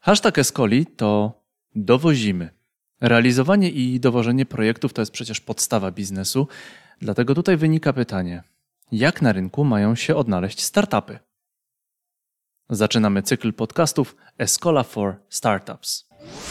Hashtag Escoli to dowozimy. Realizowanie i dowożenie projektów to jest przecież podstawa biznesu, dlatego tutaj wynika pytanie, jak na rynku mają się odnaleźć startupy? Zaczynamy cykl podcastów Escola for Startups.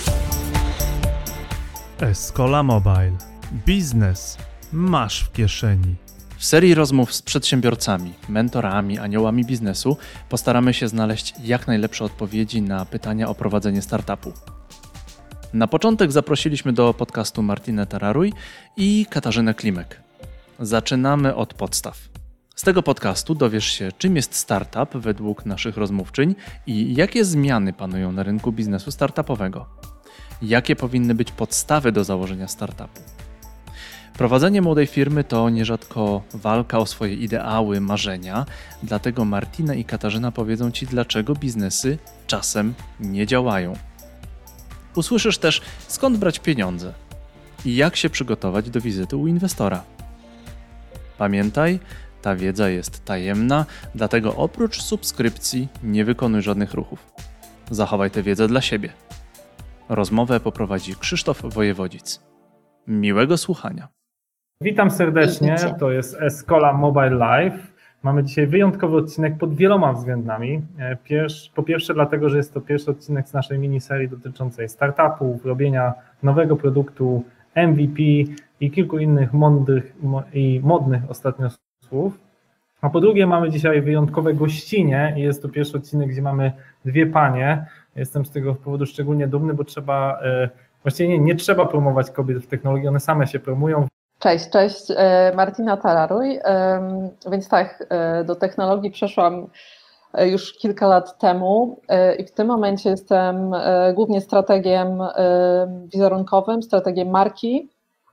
Escola Mobile. Biznes masz w kieszeni. W serii rozmów z przedsiębiorcami, mentorami, aniołami biznesu postaramy się znaleźć jak najlepsze odpowiedzi na pytania o prowadzenie startupu. Na początek zaprosiliśmy do podcastu Martinę Tararuj i Katarzynę Klimek. Zaczynamy od podstaw. Z tego podcastu dowiesz się, czym jest startup według naszych rozmówczyń i jakie zmiany panują na rynku biznesu startupowego. Jakie powinny być podstawy do założenia startupu. Prowadzenie młodej firmy to nierzadko walka o swoje ideały, marzenia, dlatego Martina i Katarzyna powiedzą Ci, dlaczego biznesy czasem nie działają. Usłyszysz też, skąd brać pieniądze i jak się przygotować do wizyty u inwestora. Pamiętaj, ta wiedza jest tajemna, dlatego oprócz subskrypcji nie wykonuj żadnych ruchów. Zachowaj tę wiedzę dla siebie. Rozmowę poprowadzi Krzysztof Wojewodzic. Miłego słuchania. Witam serdecznie, to jest Escola Mobile Live. Mamy dzisiaj wyjątkowy odcinek pod wieloma względami. Po pierwsze dlatego, że jest to pierwszy odcinek z naszej miniserii dotyczącej startupów, robienia nowego produktu, MVP i kilku innych mądrych i modnych ostatnio słów. A po drugie mamy dzisiaj wyjątkowe gościnie i jest to pierwszy odcinek, gdzie mamy dwie panie. Jestem z tego powodu szczególnie dumny, bo właściwie nie trzeba promować kobiet w technologii, one same się promują. Cześć, Martina Tararuj. Więc tak, do technologii przeszłam już kilka lat temu i w tym momencie jestem głównie strategiem wizerunkowym, strategiem marki.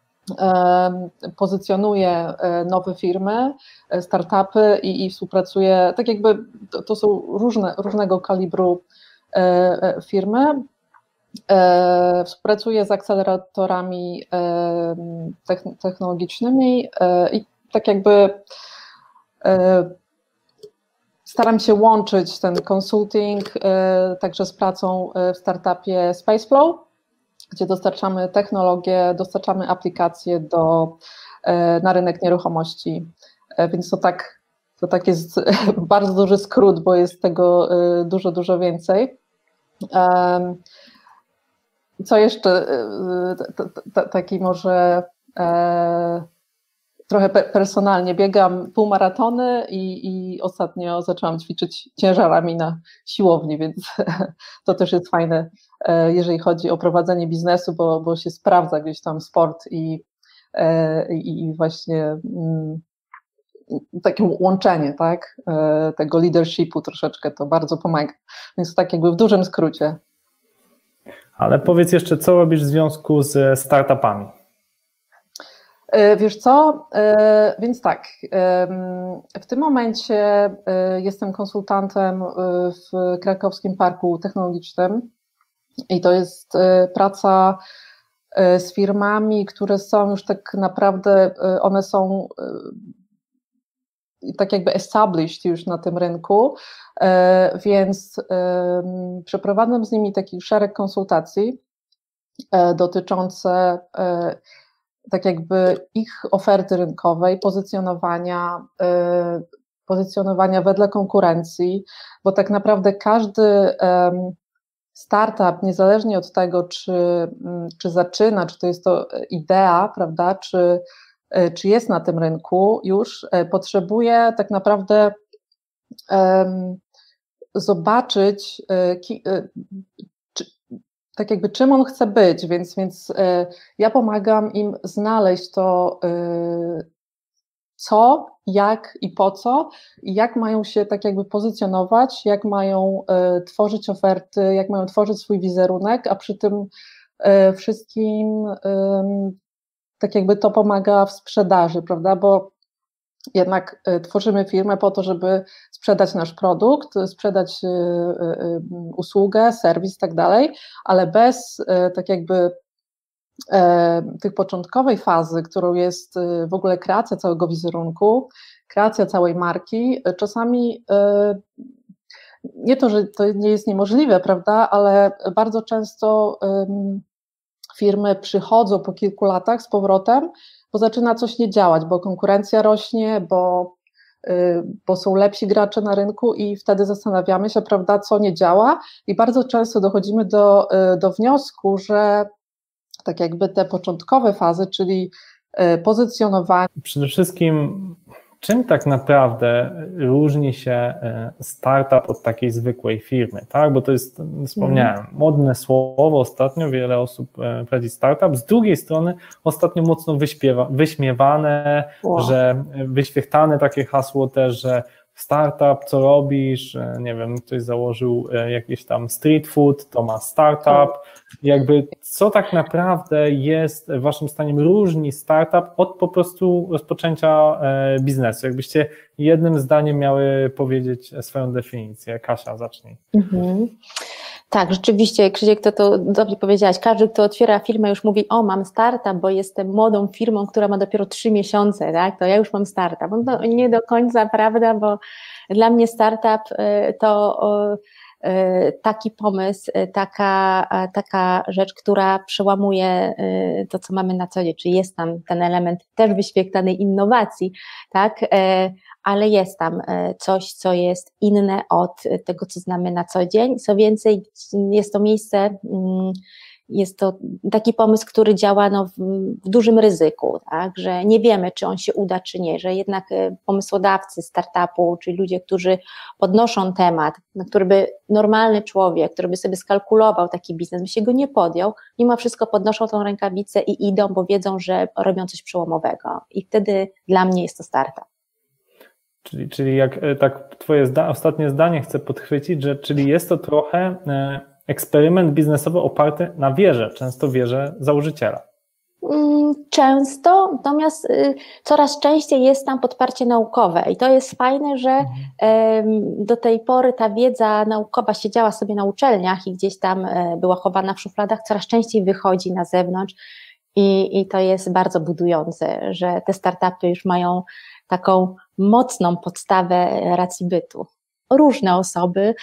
Pozycjonuję nowe firmy, startupy i współpracuję, tak jakby to są różnego kalibru firmy. Współpracuję z akceleratorami technologicznymi i tak jakby staram się łączyć ten consulting także z pracą w startupie Spaceflow, gdzie dostarczamy technologię, dostarczamy aplikacje na rynek nieruchomości, więc to tak jest bardzo duży skrót, bo jest tego dużo więcej. Co jeszcze, taki może trochę personalnie, biegam półmaratony i ostatnio zaczęłam ćwiczyć ciężarami na siłowni, więc to też jest fajne, jeżeli chodzi o prowadzenie biznesu, bo się sprawdza gdzieś tam sport i właśnie takie łączenie, tak, tego leadershipu troszeczkę to bardzo pomaga, więc tak jakby w dużym skrócie. Ale powiedz jeszcze, co robisz w związku z startupami? Wiesz co, więc tak, w tym momencie jestem konsultantem w Krakowskim Parku Technologicznym i to jest praca z firmami, które są już tak naprawdę, one są tak jakby established już na tym rynku, więc przeprowadzam z nimi taki szereg konsultacji dotyczące tak jakby ich oferty rynkowej, pozycjonowania wedle konkurencji, bo tak naprawdę każdy startup, niezależnie od tego, czy zaczyna, czy to jest to idea, prawda, czy jest na tym rynku już, potrzebuje tak naprawdę zobaczyć, tak jakby czym on chce być, więc ja pomagam im znaleźć to, co, jak i po co, i jak mają się tak jakby pozycjonować, jak mają tworzyć oferty, jak mają tworzyć swój wizerunek, a przy tym wszystkim tak jakby to pomaga w sprzedaży, prawda, bo jednak tworzymy firmę po to, żeby sprzedać nasz produkt, sprzedać usługę, serwis i tak dalej, ale bez tak jakby tej początkowej fazy, którą jest w ogóle kreacja całego wizerunku, kreacja całej marki, czasami nie to, że to nie jest niemożliwe, prawda, ale bardzo często firmy przychodzą po kilku latach z powrotem, bo zaczyna coś nie działać, bo konkurencja rośnie, bo są lepsi gracze na rynku i wtedy zastanawiamy się, prawda, co nie działa i bardzo często dochodzimy do wniosku, że tak jakby te początkowe fazy, czyli pozycjonowanie. Przede wszystkim, czym tak naprawdę różni się startup od takiej zwykłej firmy, tak? Bo to jest, wspomniałem, modne słowo, ostatnio wiele osób prowadzi startup, z drugiej strony ostatnio mocno wyśmiewane, że wyświechtane takie hasło też, że startup, co robisz, nie wiem, ktoś założył jakiś tam street food, to ma startup, jakby co tak naprawdę jest waszym zdaniem różni startup od po prostu rozpoczęcia biznesu? Jakbyście jednym zdaniem miały powiedzieć swoją definicję. Kasia, zacznij. Tak, rzeczywiście, Krzysiek, to dobrze powiedziałaś. Każdy, kto otwiera firmę, już mówi, o, mam startup, bo jestem młodą firmą, która ma dopiero 3 miesiące, tak? To ja już mam startup. No to nie do końca prawda, bo dla mnie startup to taki pomysł, taka rzecz, która przełamuje to, co mamy na co dzień, czyli jest tam ten element też wyświetlanej innowacji, tak? Ale jest tam coś, co jest inne od tego, co znamy na co dzień. Co więcej, jest to miejsce, jest to taki pomysł, który działa w dużym ryzyku, tak? Że nie wiemy, czy on się uda, czy nie, że jednak pomysłodawcy startupu, czyli ludzie, którzy podnoszą temat, na który by normalny człowiek, który by sobie skalkulował taki biznes, by się go nie podjął, mimo wszystko podnoszą tą rękawicę i idą, bo wiedzą, że robią coś przełomowego i wtedy dla mnie jest to startup. Czyli jak tak twoje ostatnie zdanie chcę podchwycić, że czyli jest to trochę eksperyment biznesowy oparty na wierze, często wierze założyciela. Często, natomiast coraz częściej jest tam podparcie naukowe i to jest fajne, że do tej pory ta wiedza naukowa siedziała sobie na uczelniach i gdzieś tam była chowana w szufladach, coraz częściej wychodzi na zewnątrz i to jest bardzo budujące, że te startupy już mają taką mocną podstawę racji bytu. Różne osoby,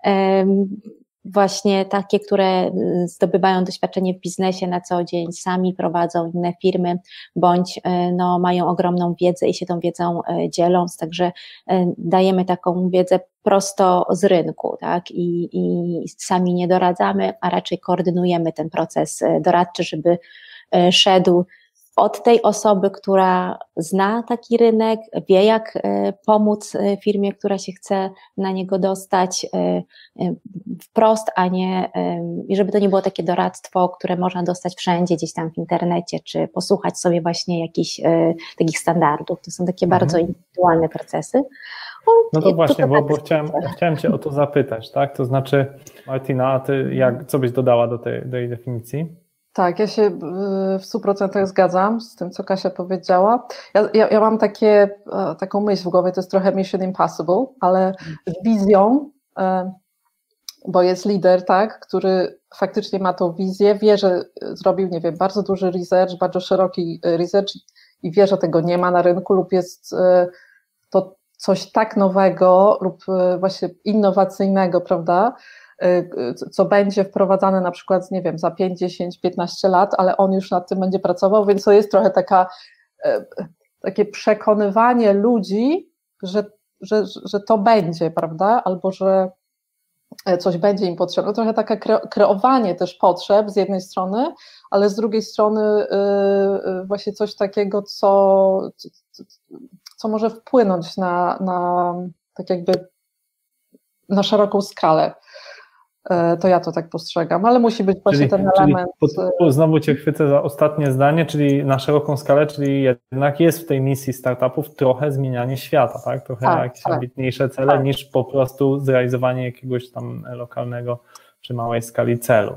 właśnie takie, które zdobywają doświadczenie w biznesie na co dzień, sami prowadzą inne firmy, bądź no, mają ogromną wiedzę i się tą wiedzą dzielą, także dajemy taką wiedzę prosto z rynku, tak? I sami nie doradzamy, a raczej koordynujemy ten proces doradczy, żeby szedł od tej osoby, która zna taki rynek, wie jak pomóc firmie, która się chce na niego dostać wprost, a nie, i żeby to nie było takie doradztwo, które można dostać wszędzie, gdzieś tam w internecie, czy posłuchać sobie właśnie jakichś takich standardów. To są takie bardzo indywidualne procesy. No to właśnie, bo chciałem cię o to zapytać, tak? To znaczy, Martina, a ty co byś dodała do tej definicji? Tak, ja się w 100% zgadzam z tym, co Kasia powiedziała. Ja mam taką myśl w głowie, to jest trochę Mission Impossible, ale z wizją, bo jest lider, tak, który faktycznie ma tą wizję, wie, że zrobił, nie wiem, bardzo duży research, bardzo szeroki research i wie, że tego nie ma na rynku lub jest to coś tak nowego lub właśnie innowacyjnego, prawda, co będzie wprowadzane na przykład, nie wiem, za 5, 10, 15 lat, ale on już nad tym będzie pracował, więc to jest trochę takie przekonywanie ludzi, że to będzie, prawda, albo że coś będzie im potrzebne. Trochę takie kreowanie też potrzeb z jednej strony, ale z drugiej strony właśnie coś takiego, co może wpłynąć na tak jakby na szeroką skalę. To ja to tak postrzegam, ale musi być właśnie ten element. Znowu cię chwycę za ostatnie zdanie, czyli na szeroką skalę, czyli jednak jest w tej misji startupów trochę zmienianie świata, tak? Trochę jakieś ambitniejsze cele niż po prostu zrealizowanie jakiegoś tam lokalnego czy małej skali celu.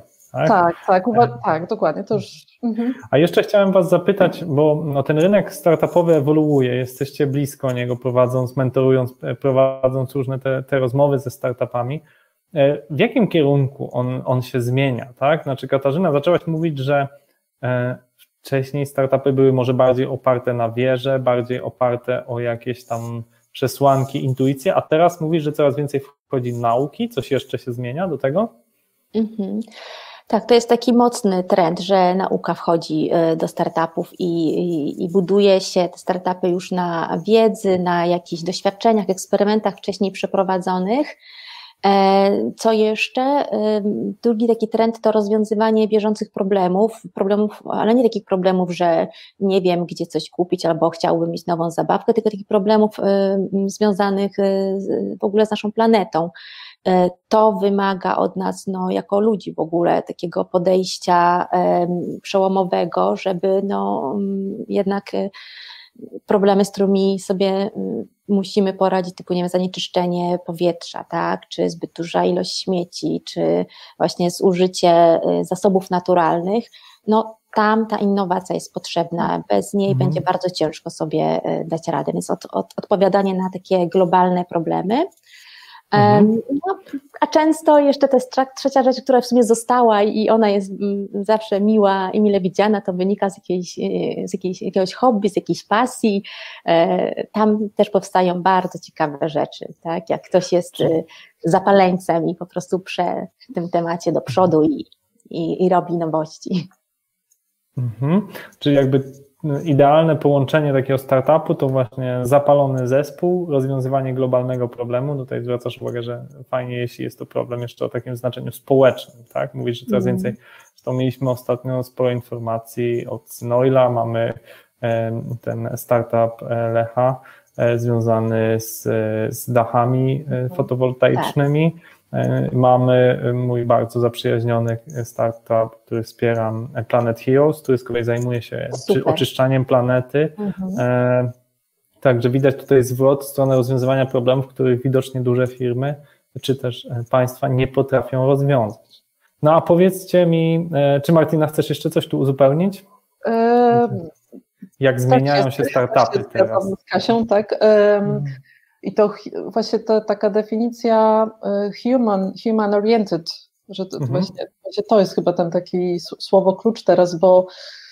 Tak, dokładnie. To już. A jeszcze chciałem was zapytać, bo ten rynek startupowy ewoluuje, jesteście blisko niego, mentorując, prowadząc różne te rozmowy ze startupami. W jakim kierunku on się zmienia, tak? Znaczy Katarzyna, zaczęłaś mówić, że wcześniej startupy były może bardziej oparte na wierze, bardziej oparte o jakieś tam przesłanki, intuicje, a teraz mówisz, że coraz więcej wchodzi nauki? Coś jeszcze się zmienia do tego? Tak, to jest taki mocny trend, że nauka wchodzi do startupów i buduje się te startupy już na wiedzy, na jakichś doświadczeniach, eksperymentach wcześniej przeprowadzonych. Co jeszcze? Drugi taki trend to rozwiązywanie bieżących problemów, ale nie takich problemów, że nie wiem, gdzie coś kupić albo chciałbym mieć nową zabawkę, tylko takich problemów związanych w ogóle z naszą planetą. To wymaga od nas, jako ludzi w ogóle, takiego podejścia przełomowego, żeby jednak problemy, z którymi sobie musimy poradzić, typu nie wiem, zanieczyszczenie powietrza, tak, czy zbyt duża ilość śmieci, czy właśnie zużycie zasobów naturalnych, tam ta innowacja jest potrzebna, bez niej będzie bardzo ciężko sobie dać radę, więc odpowiadanie na takie globalne problemy. A często jeszcze to jest trzecia rzecz, która w sumie została i ona jest zawsze miła i mile widziana, to wynika z jakiegoś hobby, z jakiejś pasji. Tam też powstają bardzo ciekawe rzeczy, tak? Jak ktoś jest zapaleńcem i po prostu prze w tym temacie do przodu i robi nowości. Czyli jakby idealne połączenie takiego startupu to właśnie zapalony zespół, rozwiązywanie globalnego problemu. Tutaj zwracasz uwagę, że fajnie, jeśli jest to problem jeszcze o takim znaczeniu społecznym, tak? Mówisz, że coraz więcej, zresztą mieliśmy ostatnio sporo informacji od Synoila, mamy ten startup Lecha związany z dachami fotowoltaicznymi. Mamy mój bardzo zaprzyjaźniony startup, który wspieram, Planet Heroes, który z kolei zajmuje się oczyszczaniem planety. Także widać tutaj zwrot w stronę rozwiązywania problemów, których widocznie duże firmy czy też państwa nie potrafią rozwiązać. A powiedzcie mi, czy Martyna chcesz jeszcze coś tu uzupełnić? Jak zmieniają się startupy teraz? Z Kasią, tak. I to właśnie taka definicja human oriented, że to właśnie to jest chyba ten taki słowo klucz teraz, bo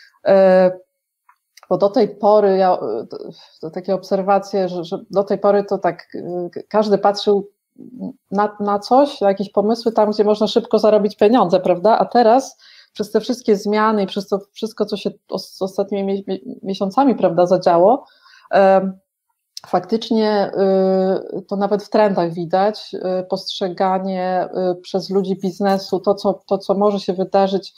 do tej pory, to takie obserwacje, że do tej pory to tak każdy patrzył na coś, na jakieś pomysły tam, gdzie można szybko zarobić pieniądze, prawda? A teraz przez te wszystkie zmiany i przez to wszystko, co się z ostatnimi miesiącami, prawda, zadziało, faktycznie to nawet w trendach widać, postrzeganie przez ludzi biznesu, to co może się wydarzyć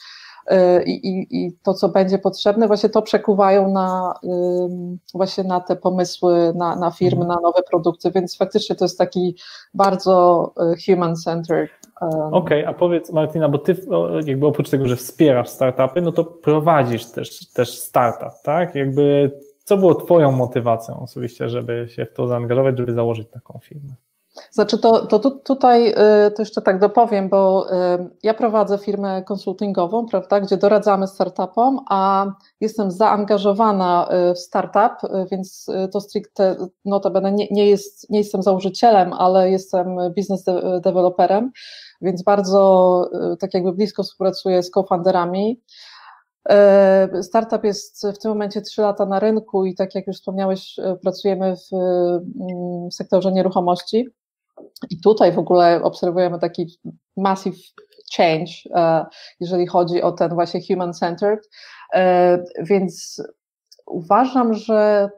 i to, co będzie potrzebne, właśnie to przekuwają właśnie na te pomysły, na firmy, na nowe produkty, więc faktycznie to jest taki bardzo human-centered. Okej, a powiedz Martyna, bo ty jakby oprócz tego, że wspierasz startupy, to prowadzisz też startup, tak? Jakby co było twoją motywacją osobiście, żeby się w to zaangażować, żeby założyć taką firmę? Znaczy tutaj to jeszcze tak dopowiem, bo ja prowadzę firmę konsultingową, prawda, gdzie doradzamy startupom, a jestem zaangażowana w startup, więc to stricte notabene nie jestem założycielem, ale jestem business developerem, więc bardzo tak jakby blisko współpracuję z co-founderami. Startup jest w tym momencie 3 lata na rynku i tak jak już wspomniałeś, pracujemy w sektorze nieruchomości i tutaj w ogóle obserwujemy taki massive change, jeżeli chodzi o ten właśnie human-centered, więc uważam, że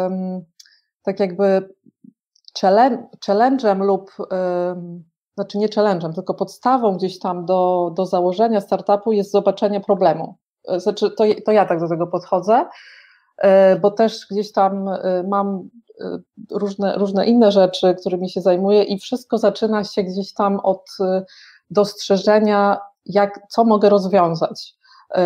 tak jakby challenge'em lub znaczy nie challenge'em, tylko podstawą gdzieś tam do założenia startupu jest zobaczenie problemu. Znaczy, to ja tak do tego podchodzę, bo też gdzieś tam mam różne inne rzeczy, którymi się zajmuję i wszystko zaczyna się gdzieś tam od dostrzeżenia, co mogę rozwiązać,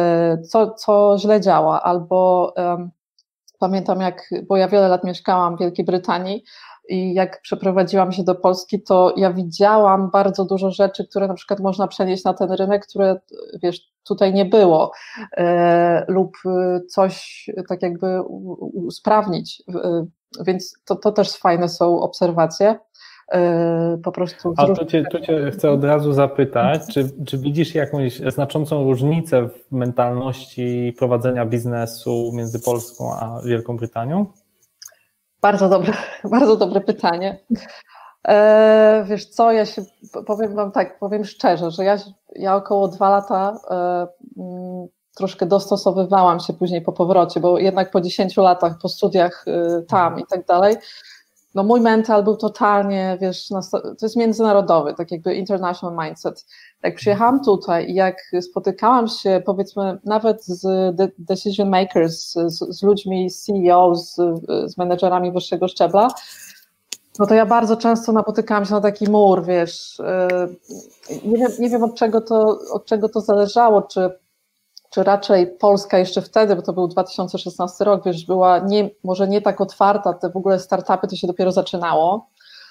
co źle działa, albo pamiętam bo ja wiele lat mieszkałam w Wielkiej Brytanii i jak przeprowadziłam się do Polski, to ja widziałam bardzo dużo rzeczy, które na przykład można przenieść na ten rynek, które tutaj nie było, lub coś tak jakby usprawnić, więc to też fajne są obserwacje. Po prostu. A tu cię chcę od razu zapytać, czy widzisz jakąś znaczącą różnicę w mentalności prowadzenia biznesu między Polską a Wielką Brytanią? Bardzo dobre pytanie. Wiesz co, ja się powiem wam tak, powiem szczerze, że ja około 2 lata troszkę dostosowywałam się później po powrocie, bo jednak po 10 latach, po studiach tam i tak dalej, no mój mental był totalnie, wiesz, to jest międzynarodowy, tak jakby international mindset. Jak przyjechałam tutaj i jak spotykałam się, powiedzmy, nawet z decision makers, z ludźmi, z CEO, z menedżerami wyższego szczebla, no to ja bardzo często napotykałam się na taki mur, wiesz, nie wiem od czego to zależało, czy raczej Polska jeszcze wtedy, bo to był 2016 rok, wiesz, była może nie tak otwarta, te w ogóle startupy to się dopiero zaczynało,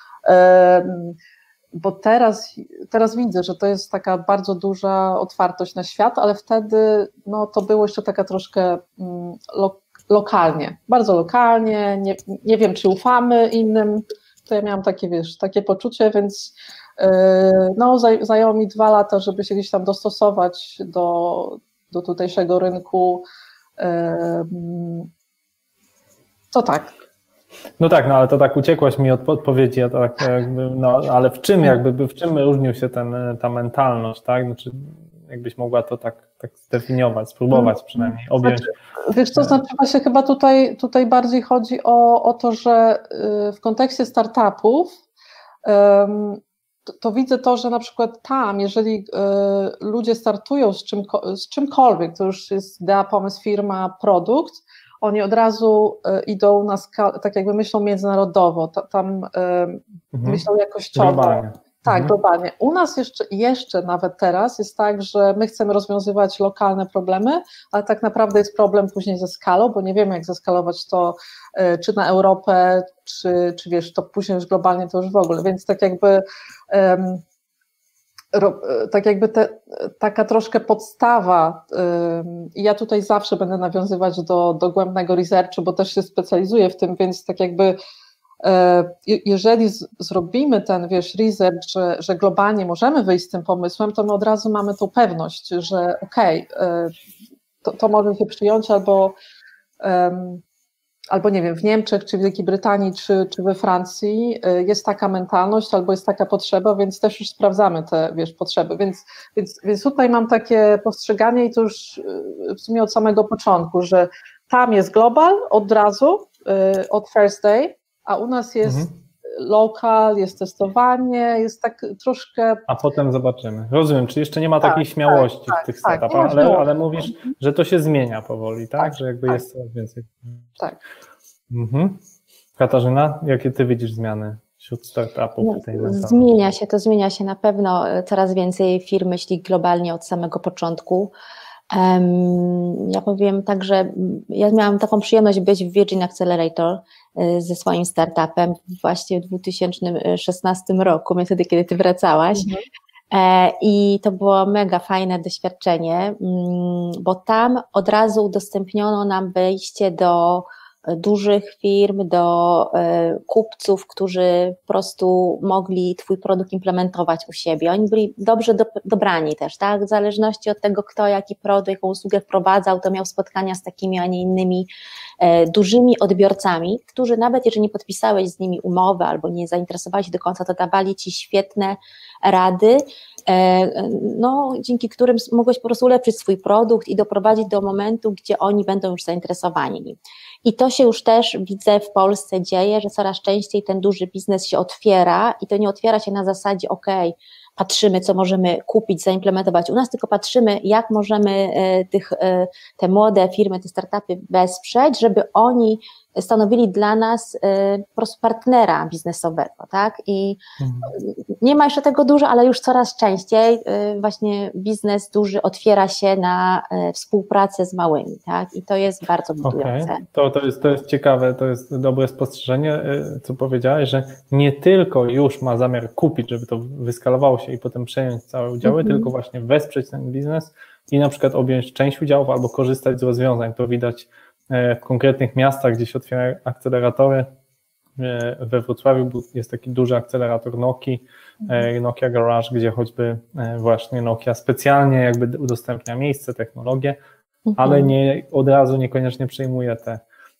bo teraz widzę, że to jest taka bardzo duża otwartość na świat, ale wtedy no, to było jeszcze taka troszkę lokalnie, bardzo lokalnie, nie wiem, czy ufamy innym, to ja miałam takie, wiesz, takie poczucie, więc no, zajęło mi 2 lata, żeby się gdzieś tam dostosować do tutejszego rynku. To tak. No tak, no ale to tak uciekłaś mi od odpowiedzi, ja tak jakby, no ale w czym różnił się ta mentalność, tak? Znaczy, jakbyś mogła to tak zdefiniować, spróbować przynajmniej objąć. Wiesz co, znaczy właśnie chyba tutaj bardziej chodzi o to, że w kontekście startupów to widzę to, że na przykład tam, jeżeli ludzie startują z czymkolwiek, to już jest idea, pomysł, firma, produkt, oni od razu idą na skalę, tak jakby myślą międzynarodowo, tam myślą jakościowo. Globalnie. Tak, globalnie. U nas jeszcze nawet teraz jest tak, że my chcemy rozwiązywać lokalne problemy, ale tak naprawdę jest problem później ze skalą, bo nie wiemy, jak zeskalować to czy na Europę, czy wiesz, to później już globalnie to już w ogóle, więc tak jakby taka troszkę podstawa i ja tutaj zawsze będę nawiązywać do dogłębnego researchu, bo też się specjalizuję w tym, więc tak jakby jeżeli zrobimy ten, wiesz, research, że globalnie możemy wyjść z tym pomysłem, to my od razu mamy tą pewność, że okej, to może się przyjąć albo nie wiem, w Niemczech, czy w Wielkiej Brytanii, czy we Francji jest taka mentalność, albo jest taka potrzeba, więc też już sprawdzamy te, wiesz, potrzeby, więc tutaj mam takie postrzeganie i to już w sumie od samego początku, że tam jest global od razu, od first day, a u nas jest lokal, jest testowanie, jest tak troszkę... A potem zobaczymy. Rozumiem, czy jeszcze nie ma takiej śmiałości w tych startupach, ale mówisz, że to się zmienia powoli, tak? Że jakby jest coraz więcej. Tak. Katarzyna, jakie ty widzisz zmiany wśród startupów? Zmienia się na pewno. Coraz więcej firm myśli globalnie od samego początku. Ja powiem tak, że ja miałam taką przyjemność być w Virgin Accelerator ze swoim startupem właśnie w 2016 roku, wtedy, kiedy ty wracałaś. I to było mega fajne doświadczenie, bo tam od razu udostępniono nam wejście do dużych firm, do kupców, którzy po prostu mogli twój produkt implementować u siebie. Oni byli dobrze dobrani też, tak? W zależności od tego, kto jaki produkt, jaką usługę wprowadzał, to miał spotkania z takimi, a nie innymi dużymi odbiorcami, którzy nawet jeżeli nie podpisałeś z nimi umowy albo nie zainteresowali się do końca, to dawali ci świetne rady, no, dzięki którym mogłeś po prostu ulepszyć swój produkt i doprowadzić do momentu, gdzie oni będą już zainteresowani nim. I to się już też, widzę, w Polsce dzieje, że coraz częściej ten duży biznes się otwiera i to nie otwiera się na zasadzie patrzymy, co możemy kupić, zaimplementować u nas, tylko patrzymy, jak możemy te młode firmy, te startupy wesprzeć, żeby oni stanowili dla nas po prostu partnera biznesowego, tak? I nie ma jeszcze tego dużo, ale już coraz częściej właśnie biznes duży otwiera się na współpracę z małymi, tak? I to jest bardzo budujące. To jest ciekawe, to jest dobre spostrzeżenie, co powiedziałeś, że nie tylko już ma zamiar kupić, żeby to wyskalowało się i potem przejąć całe udziały, tylko właśnie wesprzeć ten biznes i na przykład objąć część udziałów albo korzystać z rozwiązań. To widać w konkretnych miastach, gdzie się otwierają akceleratory. We Wrocławiu jest taki duży akcelerator Nokia Garage, gdzie choćby właśnie Nokia specjalnie jakby udostępnia miejsce, technologię, ale od razu niekoniecznie przyjmuje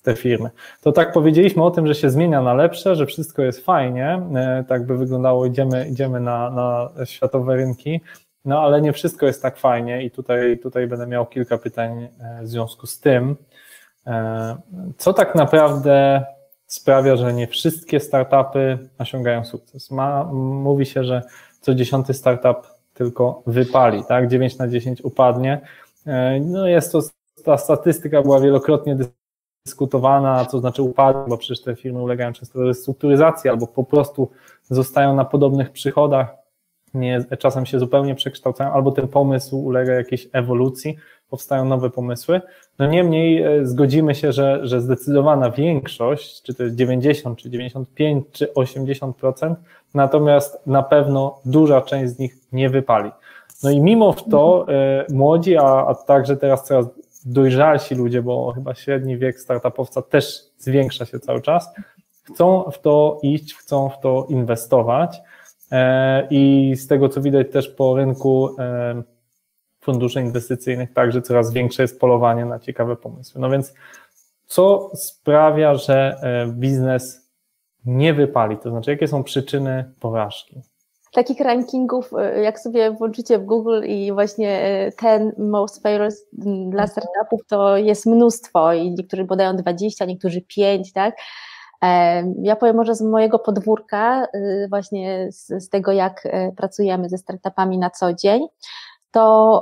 te firmy. To tak powiedzieliśmy o tym, że się zmienia na lepsze, że wszystko jest fajnie, tak by wyglądało, idziemy na światowe rynki, no ale nie wszystko jest tak fajnie i tutaj będę miał kilka pytań w związku z tym. Co tak naprawdę sprawia, że nie wszystkie startupy osiągają sukces? Mówi się, że co 10 startup tylko wypali, tak? 9 na 10 upadnie. No ta statystyka była wielokrotnie dyskutowana, co znaczy upadnie, bo przecież te firmy ulegają często restrukturyzacji albo po prostu zostają na podobnych przychodach, czasem się zupełnie przekształcają, albo ten pomysł ulega jakiejś ewolucji, powstają nowe pomysły. No niemniej zgodzimy się, że zdecydowana większość, czy to jest 90, czy 95, czy 80%, natomiast na pewno duża część z nich nie wypali. No i mimo to młodzi, a także teraz coraz dojrzalsi ludzie, bo chyba średni wiek startupowca też zwiększa się cały czas, chcą w to iść, chcą w to inwestować i z tego, co widać też po rynku funduszy inwestycyjnych, także coraz większe jest polowanie na ciekawe pomysły. No więc co sprawia, że biznes nie wypali? To znaczy, jakie są przyczyny porażki? Takich rankingów, jak sobie włączycie w Google i właśnie ten most failures dla startupów, to jest mnóstwo i niektórzy podają 20, niektórzy 5, tak? Ja powiem może z mojego podwórka, właśnie z tego, jak pracujemy ze startupami na co dzień, to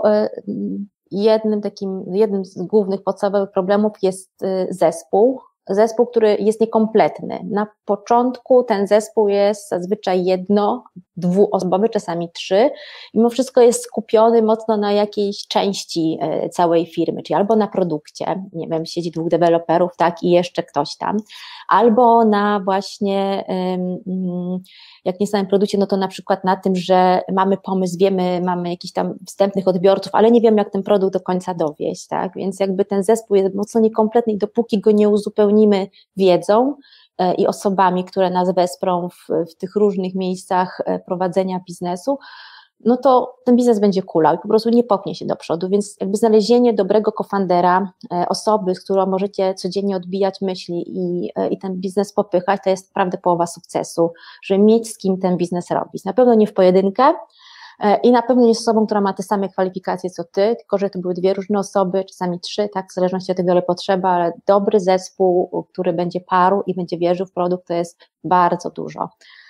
jednym z głównych podstawowych problemów jest zespół, który jest niekompletny. Na początku ten zespół jest zazwyczaj 1-, 2-osobowy, czasami 3. Mimo wszystko jest skupiony mocno na jakiejś części całej firmy, czyli albo na produkcie, nie wiem, siedzi 2 deweloperów, tak, i jeszcze ktoś tam, albo na właśnie, jak nie samym produkcie, no to na przykład na tym, że mamy pomysł, wiemy, mamy jakichś tam wstępnych odbiorców, ale nie wiemy, jak ten produkt do końca dowieść, tak, więc jakby ten zespół jest mocno niekompletny i dopóki go nie uzupełnimy wiedzą i osobami, które nas wesprą w tych różnych miejscach prowadzenia biznesu, no to ten biznes będzie kulał i po prostu nie popchnie się do przodu, więc jakby znalezienie dobrego co-foundera, osoby, z którą możecie codziennie odbijać myśli i ten biznes popychać, to jest naprawdę połowa sukcesu, żeby mieć z kim ten biznes robić. Na pewno nie w pojedynkę i na pewno nie z osobą, która ma te same kwalifikacje co ty, tylko że to były 2 różne osoby, czasami 3, tak, w zależności od tego, ile potrzeba, ale dobry zespół, który będzie paru i będzie wierzył w produkt, to jest bardzo dużo.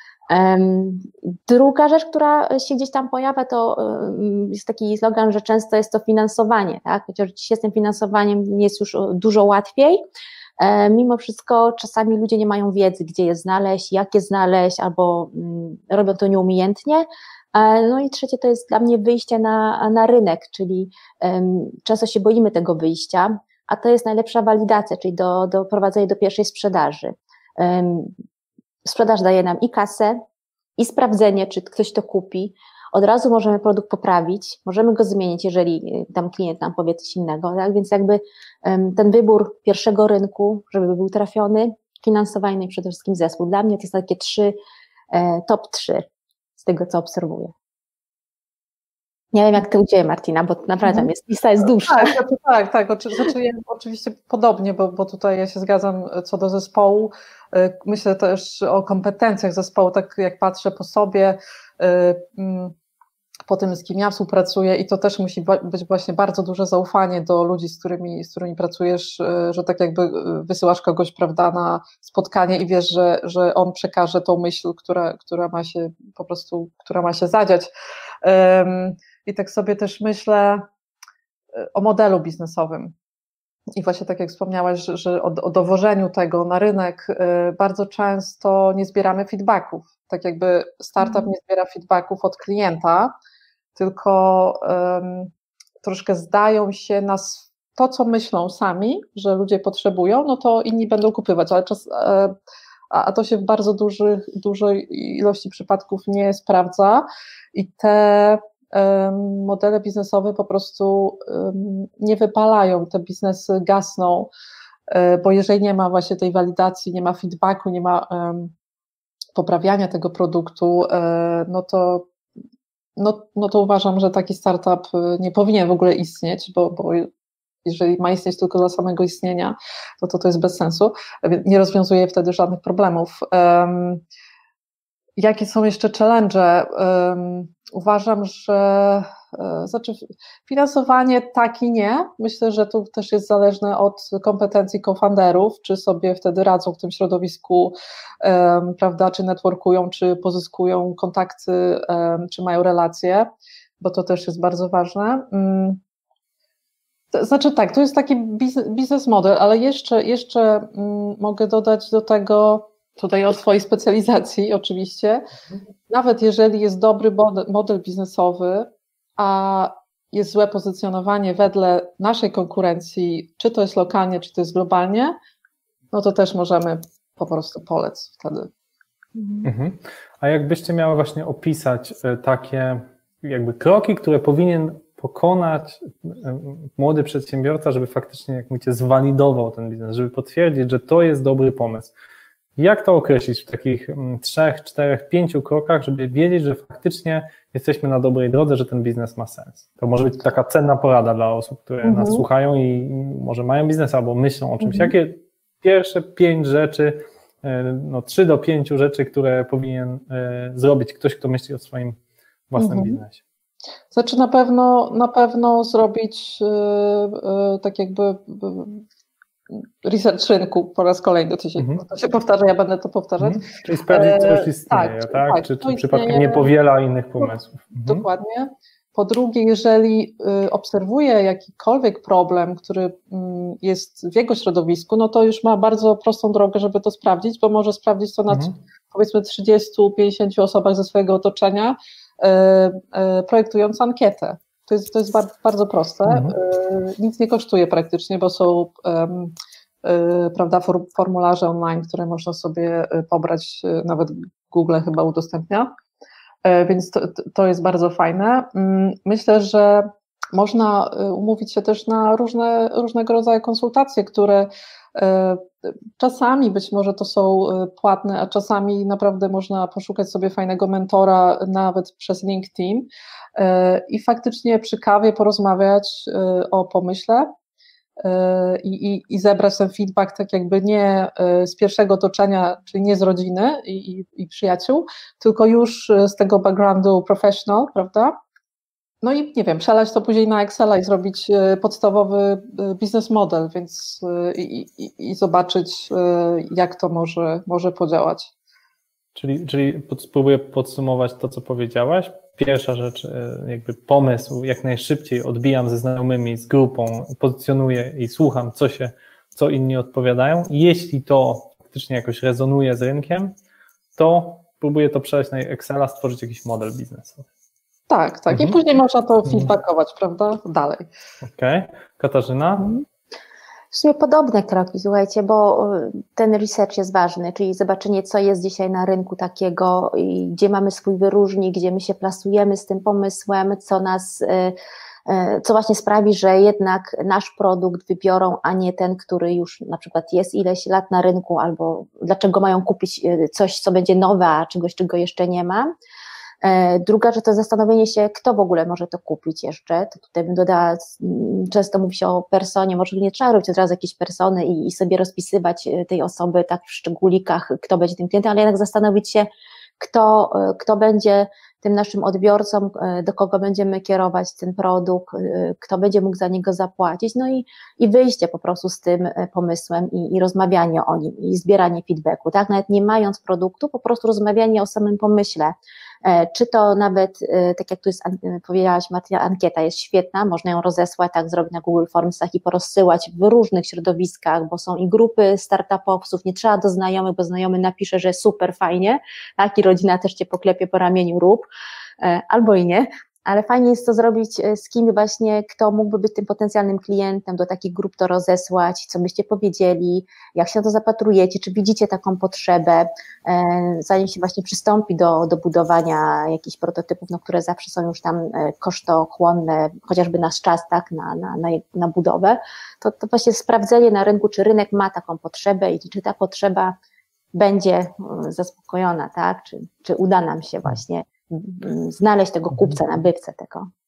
Druga rzecz, która się gdzieś tam pojawia, to jest taki slogan, że często jest to finansowanie, tak? Chociaż dzisiaj z tym finansowaniem jest już dużo łatwiej, mimo wszystko czasami ludzie nie mają wiedzy, gdzie je znaleźć, jak je znaleźć, albo robią to nieumiejętnie. No i trzecie to jest dla mnie wyjście na rynek, czyli często się boimy tego wyjścia, a to jest najlepsza walidacja, czyli do prowadzenia do pierwszej sprzedaży. Sprzedaż daje nam i kasę, i sprawdzenie, czy ktoś to kupi. Od razu możemy produkt poprawić, możemy go zmienić, jeżeli tam klient nam powie coś innego, tak? Więc jakby ten wybór pierwszego rynku, żeby był trafiony, finansowanie i przede wszystkim zespół. Dla mnie to jest takie top 3 z tego, co obserwuję. Nie wiem, jak ty u ciebie, Martina, bo naprawdę tam lista jest dłuższa. Tak. Oczywiście podobnie, bo tutaj ja się zgadzam co do zespołu. Myślę też o kompetencjach zespołu, tak jak patrzę po sobie, po tym, z kim ja współpracuję, i to też musi być właśnie bardzo duże zaufanie do ludzi, z którymi pracujesz, że tak jakby wysyłasz kogoś, prawda, na spotkanie i wiesz, że on przekaże tą myśl, która ma się zadziać. I tak sobie też myślę o modelu biznesowym. I właśnie tak jak wspomniałaś, że o dowożeniu tego na rynek bardzo często nie zbieramy feedbacków. Tak jakby startup nie zbiera feedbacków od klienta, tylko troszkę zdają się na to, co myślą sami, że ludzie potrzebują, no to inni będą kupywać, a to się w bardzo dużej ilości przypadków nie sprawdza i te modele biznesowe po prostu nie wypalają, te biznesy gasną, bo jeżeli nie ma właśnie tej walidacji, nie ma feedbacku, nie ma poprawiania tego produktu, no to uważam, że taki startup nie powinien w ogóle istnieć, bo jeżeli ma istnieć tylko dla samego istnienia, to jest bez sensu, nie rozwiązuje wtedy żadnych problemów. Jakie są jeszcze challenge? Uważam, że finansowanie tak i nie. Myślę, że tu też jest zależne od kompetencji co-founderów, czy sobie wtedy radzą w tym środowisku, prawda, czy networkują, czy pozyskują kontakty, czy mają relacje, bo to też jest bardzo ważne. Znaczy tak, to jest taki biznes model, ale jeszcze mogę dodać do tego, tutaj o swojej specjalizacji oczywiście, nawet jeżeli jest dobry model biznesowy, a jest złe pozycjonowanie wedle naszej konkurencji, czy to jest lokalnie, czy to jest globalnie, no to też możemy po prostu polec wtedy. Mhm. A jakbyście miały właśnie opisać takie jakby kroki, które powinien pokonać młody przedsiębiorca, żeby faktycznie, jak mówicie, zwalidował ten biznes, żeby potwierdzić, że to jest dobry pomysł. Jak to określić w takich 3, 4, 5 krokach, żeby wiedzieć, że faktycznie jesteśmy na dobrej drodze, że ten biznes ma sens? To może być taka cenna porada dla osób, które nas słuchają i może mają biznes albo myślą o czymś. Jakie pierwsze 5 rzeczy, 3 do 5 rzeczy, które powinien zrobić ktoś, kto myśli o swoim własnym biznesie? Znaczy na pewno zrobić tak jakby research rynku po raz kolejny, to się powtarza, ja będę to powtarzać. Czyli sprawdzić, co już istnieje, tak? Czy przypadkiem nie powiela innych pomysłów. Dokładnie. Po drugie, jeżeli obserwuje jakikolwiek problem, który jest w jego środowisku, no to już ma bardzo prostą drogę, żeby to sprawdzić, bo może sprawdzić to na powiedzmy 30-50 osobach ze swojego otoczenia, projektując ankietę. To jest bardzo proste. Nic nie kosztuje praktycznie, bo są prawda, formularze online, które można sobie pobrać, nawet Google chyba udostępnia, więc to jest bardzo fajne. Myślę, że można umówić się też na różnego rodzaju konsultacje, które czasami być może to są płatne, a czasami naprawdę można poszukać sobie fajnego mentora nawet przez LinkedIn i faktycznie przy kawie porozmawiać o pomyśle i zebrać ten feedback tak jakby nie z pierwszego otoczenia, czyli nie z rodziny i przyjaciół, tylko już z tego backgroundu professional, prawda? No i nie wiem, przelać to później na Excela i zrobić podstawowy biznes model, więc i zobaczyć, jak to może podziałać. Czyli spróbuję podsumować to, co powiedziałaś. Pierwsza rzecz, jakby pomysł, jak najszybciej odbijam ze znajomymi, z grupą, pozycjonuję i słucham, co inni odpowiadają. Jeśli to faktycznie jakoś rezonuje z rynkiem, to próbuję to przelać na Excela, stworzyć jakiś model biznesowy. Tak. I później można to feedbackować, prawda? Dalej. Okej. Katarzyna? W sumie podobne kroki, słuchajcie, bo ten research jest ważny, czyli zobaczenie, co jest dzisiaj na rynku takiego, gdzie mamy swój wyróżnik, gdzie my się plasujemy z tym pomysłem, co właśnie sprawi, że jednak nasz produkt wybiorą, a nie ten, który już na przykład jest ileś lat na rynku, albo dlaczego mają kupić coś, co będzie nowe, a czegoś, czego jeszcze nie ma. Druga rzecz to zastanowienie się, kto w ogóle może to kupić jeszcze. To tutaj bym dodała, często mówi się o personie, może nie trzeba robić od razu jakiejś persony i sobie rozpisywać tej osoby tak w szczególikach, kto będzie tym klientem, ale jednak zastanowić się, kto będzie tym naszym odbiorcą, do kogo będziemy kierować ten produkt, kto będzie mógł za niego zapłacić, no i wyjście po prostu z tym pomysłem i rozmawianie o nim i zbieranie feedbacku, tak, nawet nie mając produktu, po prostu rozmawianie o samym pomyśle, czy to nawet, tak jak tu jest, powiedziałaś Martyna, ankieta jest świetna, można ją rozesłać, tak zrobić na Google Formsach i porozsyłać w różnych środowiskach, bo są i grupy startupowców, nie trzeba do znajomych, bo znajomy napisze, że super fajnie, tak, i rodzina też cię poklepie po ramieniu, rób, albo i nie, ale fajnie jest to zrobić z kimś właśnie, kto mógłby być tym potencjalnym klientem, do takich grup to rozesłać, co byście powiedzieli, jak się na to zapatrujecie, czy widzicie taką potrzebę, zanim się właśnie przystąpi do budowania jakichś prototypów, no, które zawsze są już tam kosztochłonne, chociażby nasz czas, tak, na budowę, to właśnie sprawdzenie na rynku, czy rynek ma taką potrzebę i czy ta potrzeba będzie zaspokojona, tak, czy uda nam się właśnie znaleźć tego kupca, nabywcę tego.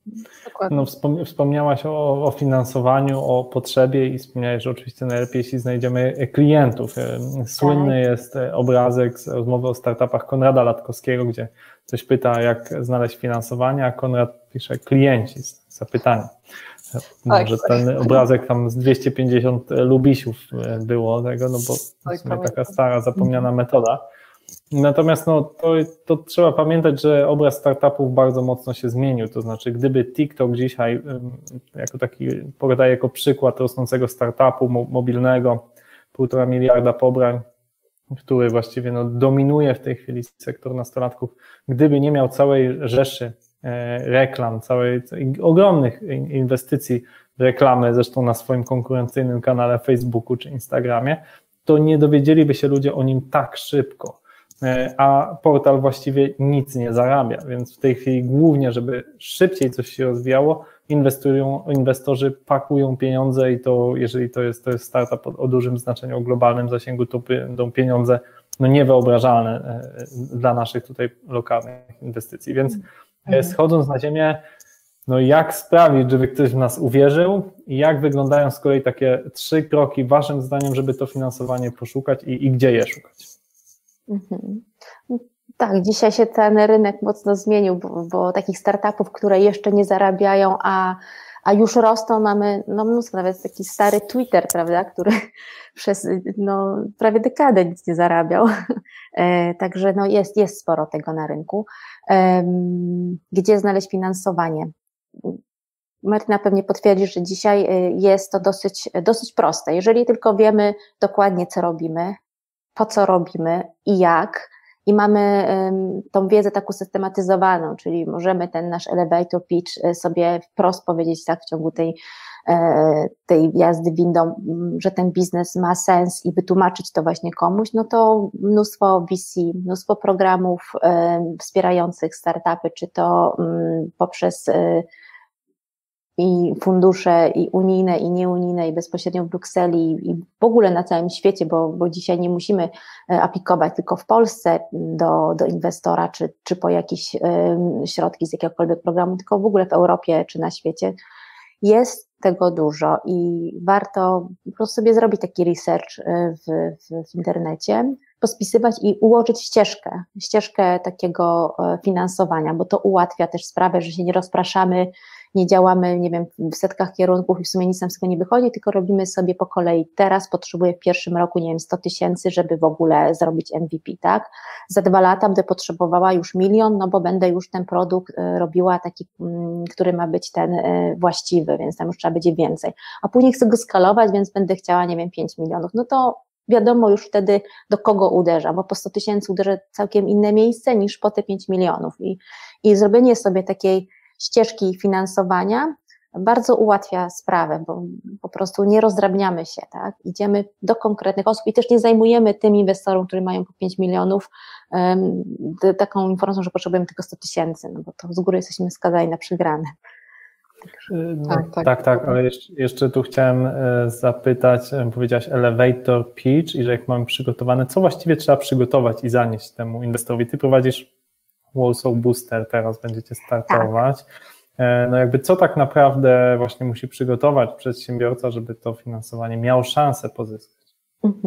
Dokładnie. No, wspomniałaś o finansowaniu, o potrzebie i wspomniałaś, że oczywiście najlepiej, jeśli znajdziemy klientów. Słynny jest obrazek z rozmowy o startupach Konrada Latkowskiego, gdzie ktoś pyta, jak znaleźć finansowanie, a Konrad pisze klienci z zapytaniem. Może ten obrazek tam z 250 lubisiów było tego, no bo w sumie taka stara, zapomniana metoda. Natomiast no, to trzeba pamiętać, że obraz startupów bardzo mocno się zmienił, to znaczy gdyby TikTok dzisiaj jako taki podaje jako przykład rosnącego startupu mobilnego, 1,5 miliarda pobrań, który właściwie no, dominuje w tej chwili sektor nastolatków, gdyby nie miał całej rzeszy reklam, całej ogromnych inwestycji w reklamy, zresztą na swoim konkurencyjnym kanale Facebooku czy Instagramie, to nie dowiedzieliby się ludzie o nim tak szybko, a portal właściwie nic nie zarabia, więc w tej chwili głównie, żeby szybciej coś się rozwijało, inwestorzy pakują pieniądze i to, jeżeli to jest startup o dużym znaczeniu, o globalnym zasięgu, to będą pieniądze no niewyobrażalne dla naszych tutaj lokalnych inwestycji, więc schodząc na ziemię, no jak sprawić, żeby ktoś w nas uwierzył i jak wyglądają z kolei takie 3 kroki waszym zdaniem, żeby to finansowanie poszukać i gdzie je szukać? Tak, dzisiaj się ten rynek mocno zmienił, bo takich startupów, które jeszcze nie zarabiają, a już rosną, mamy no mnóstwo, nawet taki stary Twitter, prawda, który przez no, prawie dekadę nic nie zarabiał. Także no jest sporo tego na rynku. Gdzie znaleźć finansowanie? Martyna pewnie potwierdzi, że dzisiaj jest to dosyć proste. Jeżeli tylko wiemy dokładnie, co robimy, po co robimy i jak, i mamy tą wiedzę tak usystematyzowaną, czyli możemy ten nasz elevator pitch sobie wprost powiedzieć tak w ciągu tej jazdy windą, że ten biznes ma sens i wytłumaczyć to właśnie komuś, no to mnóstwo VC, mnóstwo programów wspierających startupy, czy to poprzez i fundusze i unijne, i nieunijne, i bezpośrednio w Brukseli, i w ogóle na całym świecie, bo dzisiaj nie musimy aplikować tylko w Polsce do inwestora, czy po jakieś środki z jakiegokolwiek programu, tylko w ogóle w Europie czy na świecie. Jest tego dużo i warto po prostu sobie zrobić taki research w internecie, pospisywać i ułożyć ścieżkę takiego finansowania, bo to ułatwia też sprawę, że się nie rozpraszamy, nie działamy, nie wiem, w setkach kierunków i w sumie nic nam z tego nie wychodzi, tylko robimy sobie po kolei. Teraz potrzebuję w pierwszym roku, nie wiem, 100 000, żeby w ogóle zrobić MVP, tak? Za 2 lata będę potrzebowała już 1 000 000, no bo będę już ten produkt robiła taki, który ma być ten właściwy, więc tam już trzeba będzie więcej. A później chcę go skalować, więc będę chciała, nie wiem, 5 milionów. No to wiadomo już wtedy, do kogo uderza, bo po 100 000 uderzę całkiem inne miejsce niż po te 5 milionów. I zrobienie sobie takiej ścieżki finansowania bardzo ułatwia sprawę, bo po prostu nie rozdrabniamy się, tak? Idziemy do konkretnych osób i też nie zajmujemy tym inwestorom, którzy mają po 5 milionów, taką informacją, że potrzebujemy tylko 100 000, no bo to z góry jesteśmy skazani na przegrane. No, tak, ale jeszcze tu chciałem zapytać, powiedziałaś elevator pitch i że jak mamy przygotowane, co właściwie trzeba przygotować i zanieść temu inwestorowi? Ty prowadzisz Warsaw Booster, teraz będziecie startować. Tak. No jakby co tak naprawdę właśnie musi przygotować przedsiębiorca, żeby to finansowanie miało szansę pozyskać?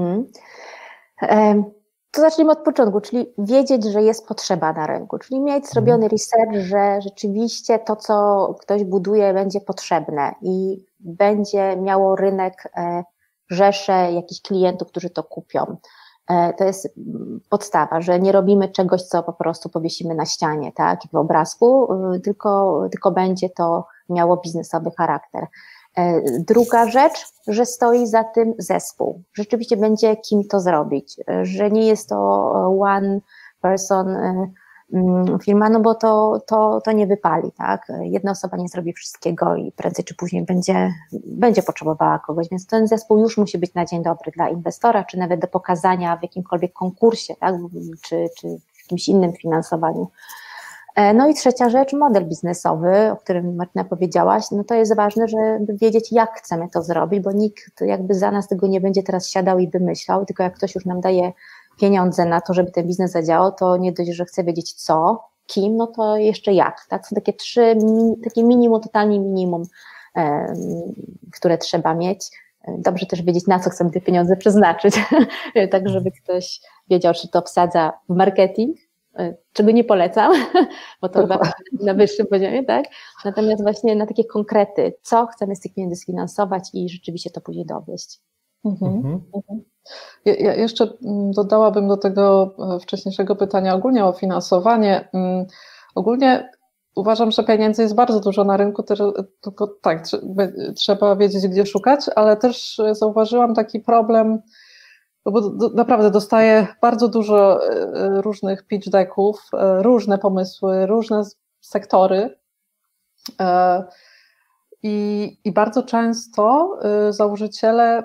To zacznijmy od początku, czyli wiedzieć, że jest potrzeba na rynku, czyli mieć zrobiony research, że rzeczywiście to, co ktoś buduje, będzie potrzebne i będzie miało rynek, rzeszę jakichś klientów, którzy to kupią. To jest podstawa, że nie robimy czegoś, co po prostu powiesimy na ścianie, tak, w obrazku, tylko będzie to miało biznesowy charakter. Druga rzecz, że stoi za tym zespół. Rzeczywiście będzie kim to zrobić, że nie jest to one person firma, no bo to nie wypali, tak? Jedna osoba nie zrobi wszystkiego i prędzej czy później będzie potrzebowała kogoś, więc ten zespół już musi być na dzień dobry dla inwestora, czy nawet do pokazania w jakimkolwiek konkursie, tak? Czy w jakimś innym finansowaniu. No i trzecia rzecz, model biznesowy, o którym Martyna powiedziałaś, no to jest ważne, żeby wiedzieć, jak chcemy to zrobić, bo nikt jakby za nas tego nie będzie teraz siadał i wymyślał, tylko jak ktoś już nam daje pieniądze na to, żeby ten biznes zadziałał, to nie dość, że chce wiedzieć co, kim, no to jeszcze jak, tak? Są takie takie minimum, totalnie minimum, które trzeba mieć. Dobrze też wiedzieć, na co chcemy te pieniądze przeznaczyć, tak żeby ktoś wiedział, czy to wsadza w marketing, czego nie polecam, bo to chyba na wyższym poziomie, tak? Natomiast właśnie na takie konkrety, co chcemy z tych pieniędzy sfinansować i rzeczywiście to później dowieść. Ja jeszcze dodałabym do tego wcześniejszego pytania ogólnie o finansowanie. Ogólnie uważam, że pieniędzy jest bardzo dużo na rynku, tylko tak, trzeba wiedzieć, gdzie szukać, ale też zauważyłam taki problem, bo naprawdę dostaję bardzo dużo różnych pitch decków, różne pomysły, różne sektory i bardzo często założyciele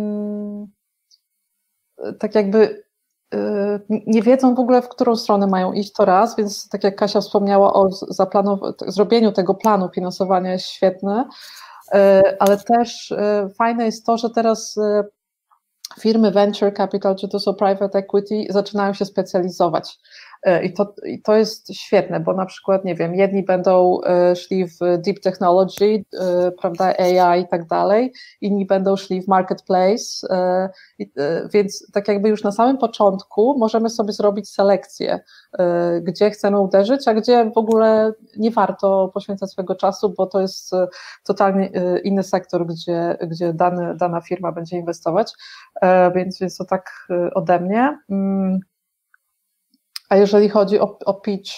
tak jakby nie wiedzą w ogóle, w którą stronę mają iść, to raz, więc tak jak Kasia wspomniała o zrobieniu tego planu finansowania jest świetne, ale też fajne jest to, że teraz firmy venture capital, czy to są private equity, zaczynają się specjalizować. I to jest świetne, bo na przykład, nie wiem, jedni będą szli w deep technology, prawda, AI i tak dalej, inni będą szli w marketplace, więc tak jakby już na samym początku możemy sobie zrobić selekcję, gdzie chcemy uderzyć, a gdzie w ogóle nie warto poświęcać swojego czasu, bo to jest totalnie inny sektor, gdzie dana firma będzie inwestować, więc to tak ode mnie. A jeżeli chodzi o pitch,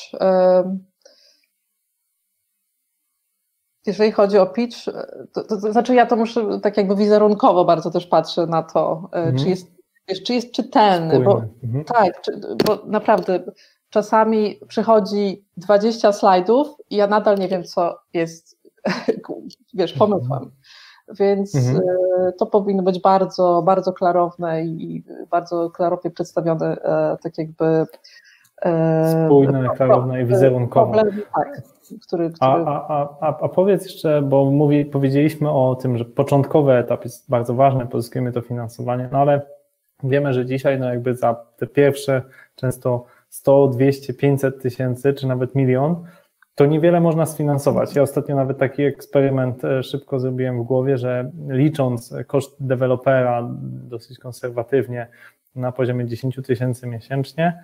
to znaczy ja to muszę tak jakby wizerunkowo bardzo też patrzę na to, czy jest czytelny, bo tak, bo naprawdę czasami przychodzi 20 slajdów i ja nadal nie wiem, co jest, wiesz, pomysłem. Więc to powinno być bardzo, bardzo klarowne i bardzo klarownie przedstawione, tak jakby spójne, klarowne i wizerunkowo. Tak, który... A powiedz jeszcze, bo powiedzieliśmy o tym, że początkowy etap jest bardzo ważny, pozyskujemy to finansowanie, no ale wiemy, że dzisiaj no jakby za te pierwsze często 100, 200, 500 tysięcy, czy nawet 1 000 000, to niewiele można sfinansować. Ja ostatnio nawet taki eksperyment szybko zrobiłem w głowie, że licząc koszt dewelopera dosyć konserwatywnie na poziomie 10 tysięcy miesięcznie,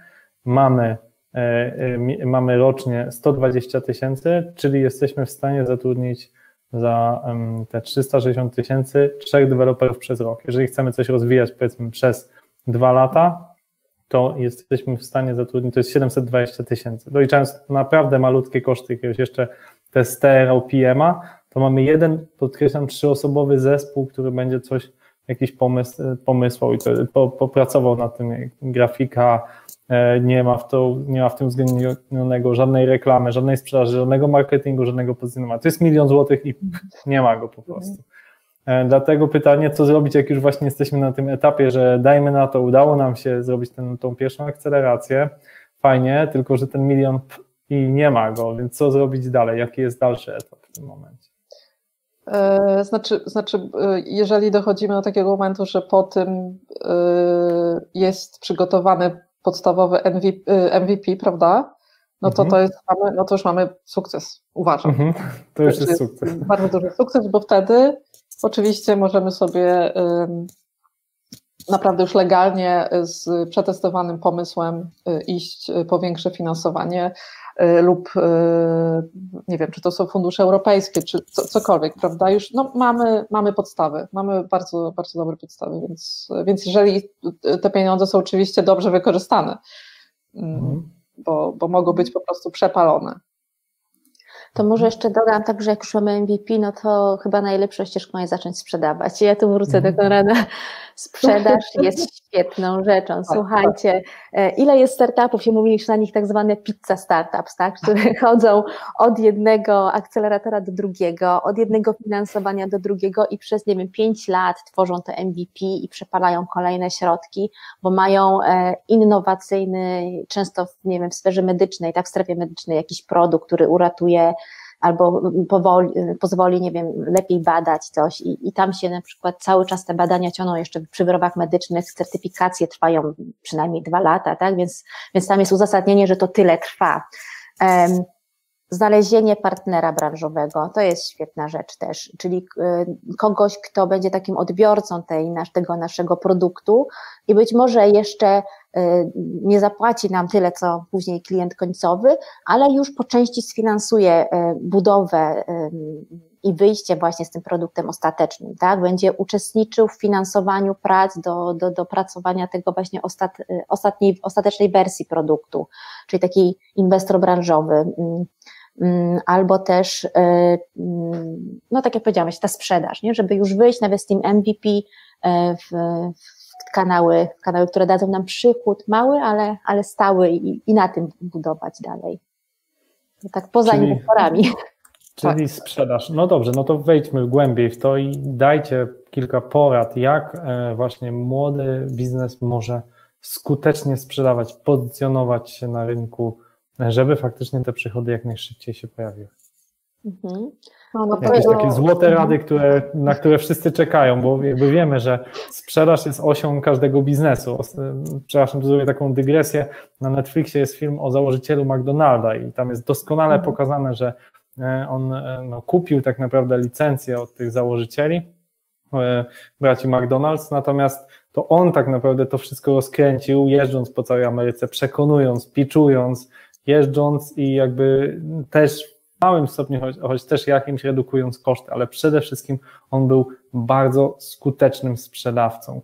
mamy rocznie 120 tysięcy, czyli jesteśmy w stanie zatrudnić za te 360 tysięcy 3 deweloperów przez rok. Jeżeli chcemy coś rozwijać, powiedzmy przez 2 lata, to jesteśmy w stanie zatrudnić, to jest 720 tysięcy. Doliczając naprawdę malutkie koszty jakiegoś jeszcze testera, PM-a, to mamy jeden, podkreślam, 3-osobowy zespół, który będzie jakiś pomysł i popracował nad tym, grafika, nie ma w tym uwzględnionego żadnej reklamy, żadnej sprzedaży, żadnego marketingu, żadnego pozycjonowania. To jest 1 000 000 złotych i nie ma go po prostu. Dlatego pytanie, co zrobić, jak już właśnie jesteśmy na tym etapie, że dajmy na to, udało nam się zrobić tą pierwszą akcelerację, fajnie, tylko że ten 1 000 000 i nie ma go, więc co zrobić dalej, jaki jest dalszy etap w tym momencie? Znaczy, jeżeli dochodzimy do takiego momentu, że po tym jest przygotowany podstawowy MVP, prawda? No to już mamy sukces, uważam. To już jest sukces. Bardzo duży sukces, bo wtedy oczywiście możemy sobie naprawdę już legalnie z przetestowanym pomysłem iść po większe finansowanie lub nie wiem, czy to są fundusze europejskie, czy cokolwiek, prawda? Już mamy podstawy, mamy bardzo, bardzo dobre podstawy, więc jeżeli te pieniądze są oczywiście dobrze wykorzystane, bo mogą być po prostu przepalone. To może jeszcze dodam tak, że jak już mamy MVP, no to chyba najlepszą ścieżką jest zacząć sprzedawać. Ja tu wrócę do Konrada. Sprzedaż jest świetną rzeczą. Słuchajcie, ile jest startupów, się mówi na nich tak zwane pizza startups, tak, które chodzą od jednego akceleratora do drugiego, od jednego finansowania do drugiego i przez, nie wiem, 5 lat tworzą to MVP i przepalają kolejne środki, bo mają innowacyjny, często nie wiem, w sferze medycznej, tak, w strefie medycznej jakiś produkt, który uratuje albo pozwoli, nie wiem, lepiej badać coś i tam się na przykład cały czas te badania ciągną jeszcze przy wyrobach medycznych, certyfikacje trwają przynajmniej 2 lata, tak, więc tam jest uzasadnienie, że to tyle trwa. Znalezienie partnera branżowego to jest świetna rzecz też, czyli kogoś, kto będzie takim odbiorcą tego naszego produktu i być może jeszcze nie zapłaci nam tyle, co później klient końcowy, ale już po części sfinansuje budowę i wyjście właśnie z tym produktem ostatecznym, tak? Będzie uczestniczył w finansowaniu prac do dopracowania tego właśnie ostatecznej wersji produktu, czyli taki inwestor branżowy. Albo też, no tak jak powiedziałam, ta sprzedaż, nie? Żeby już wyjść nawet z tym MVP w kanały, które dadzą nam przychód mały, ale stały i na tym budować dalej. No tak poza inwestorami. Czyli sprzedaż. No dobrze, no to wejdźmy głębiej w to i dajcie kilka porad, jak właśnie młody biznes może skutecznie sprzedawać, pozycjonować się na rynku, żeby faktycznie te przychody jak najszybciej się pojawiły. Jakieś takie złote rady, na które wszyscy czekają, bo jakby wiemy, że sprzedaż jest osią każdego biznesu. Przepraszam, tu zrobię taką dygresję. Na Netflixie jest film o założycielu McDonalda i tam jest doskonale pokazane, że on kupił tak naprawdę licencję od tych założycieli, braci McDonald's, natomiast to on tak naprawdę to wszystko rozkręcił, jeżdżąc po całej Ameryce, przekonując, pitchując, jeżdżąc i jakby też w małym stopniu, choć też jakimś redukując koszty, ale przede wszystkim on był bardzo skutecznym sprzedawcą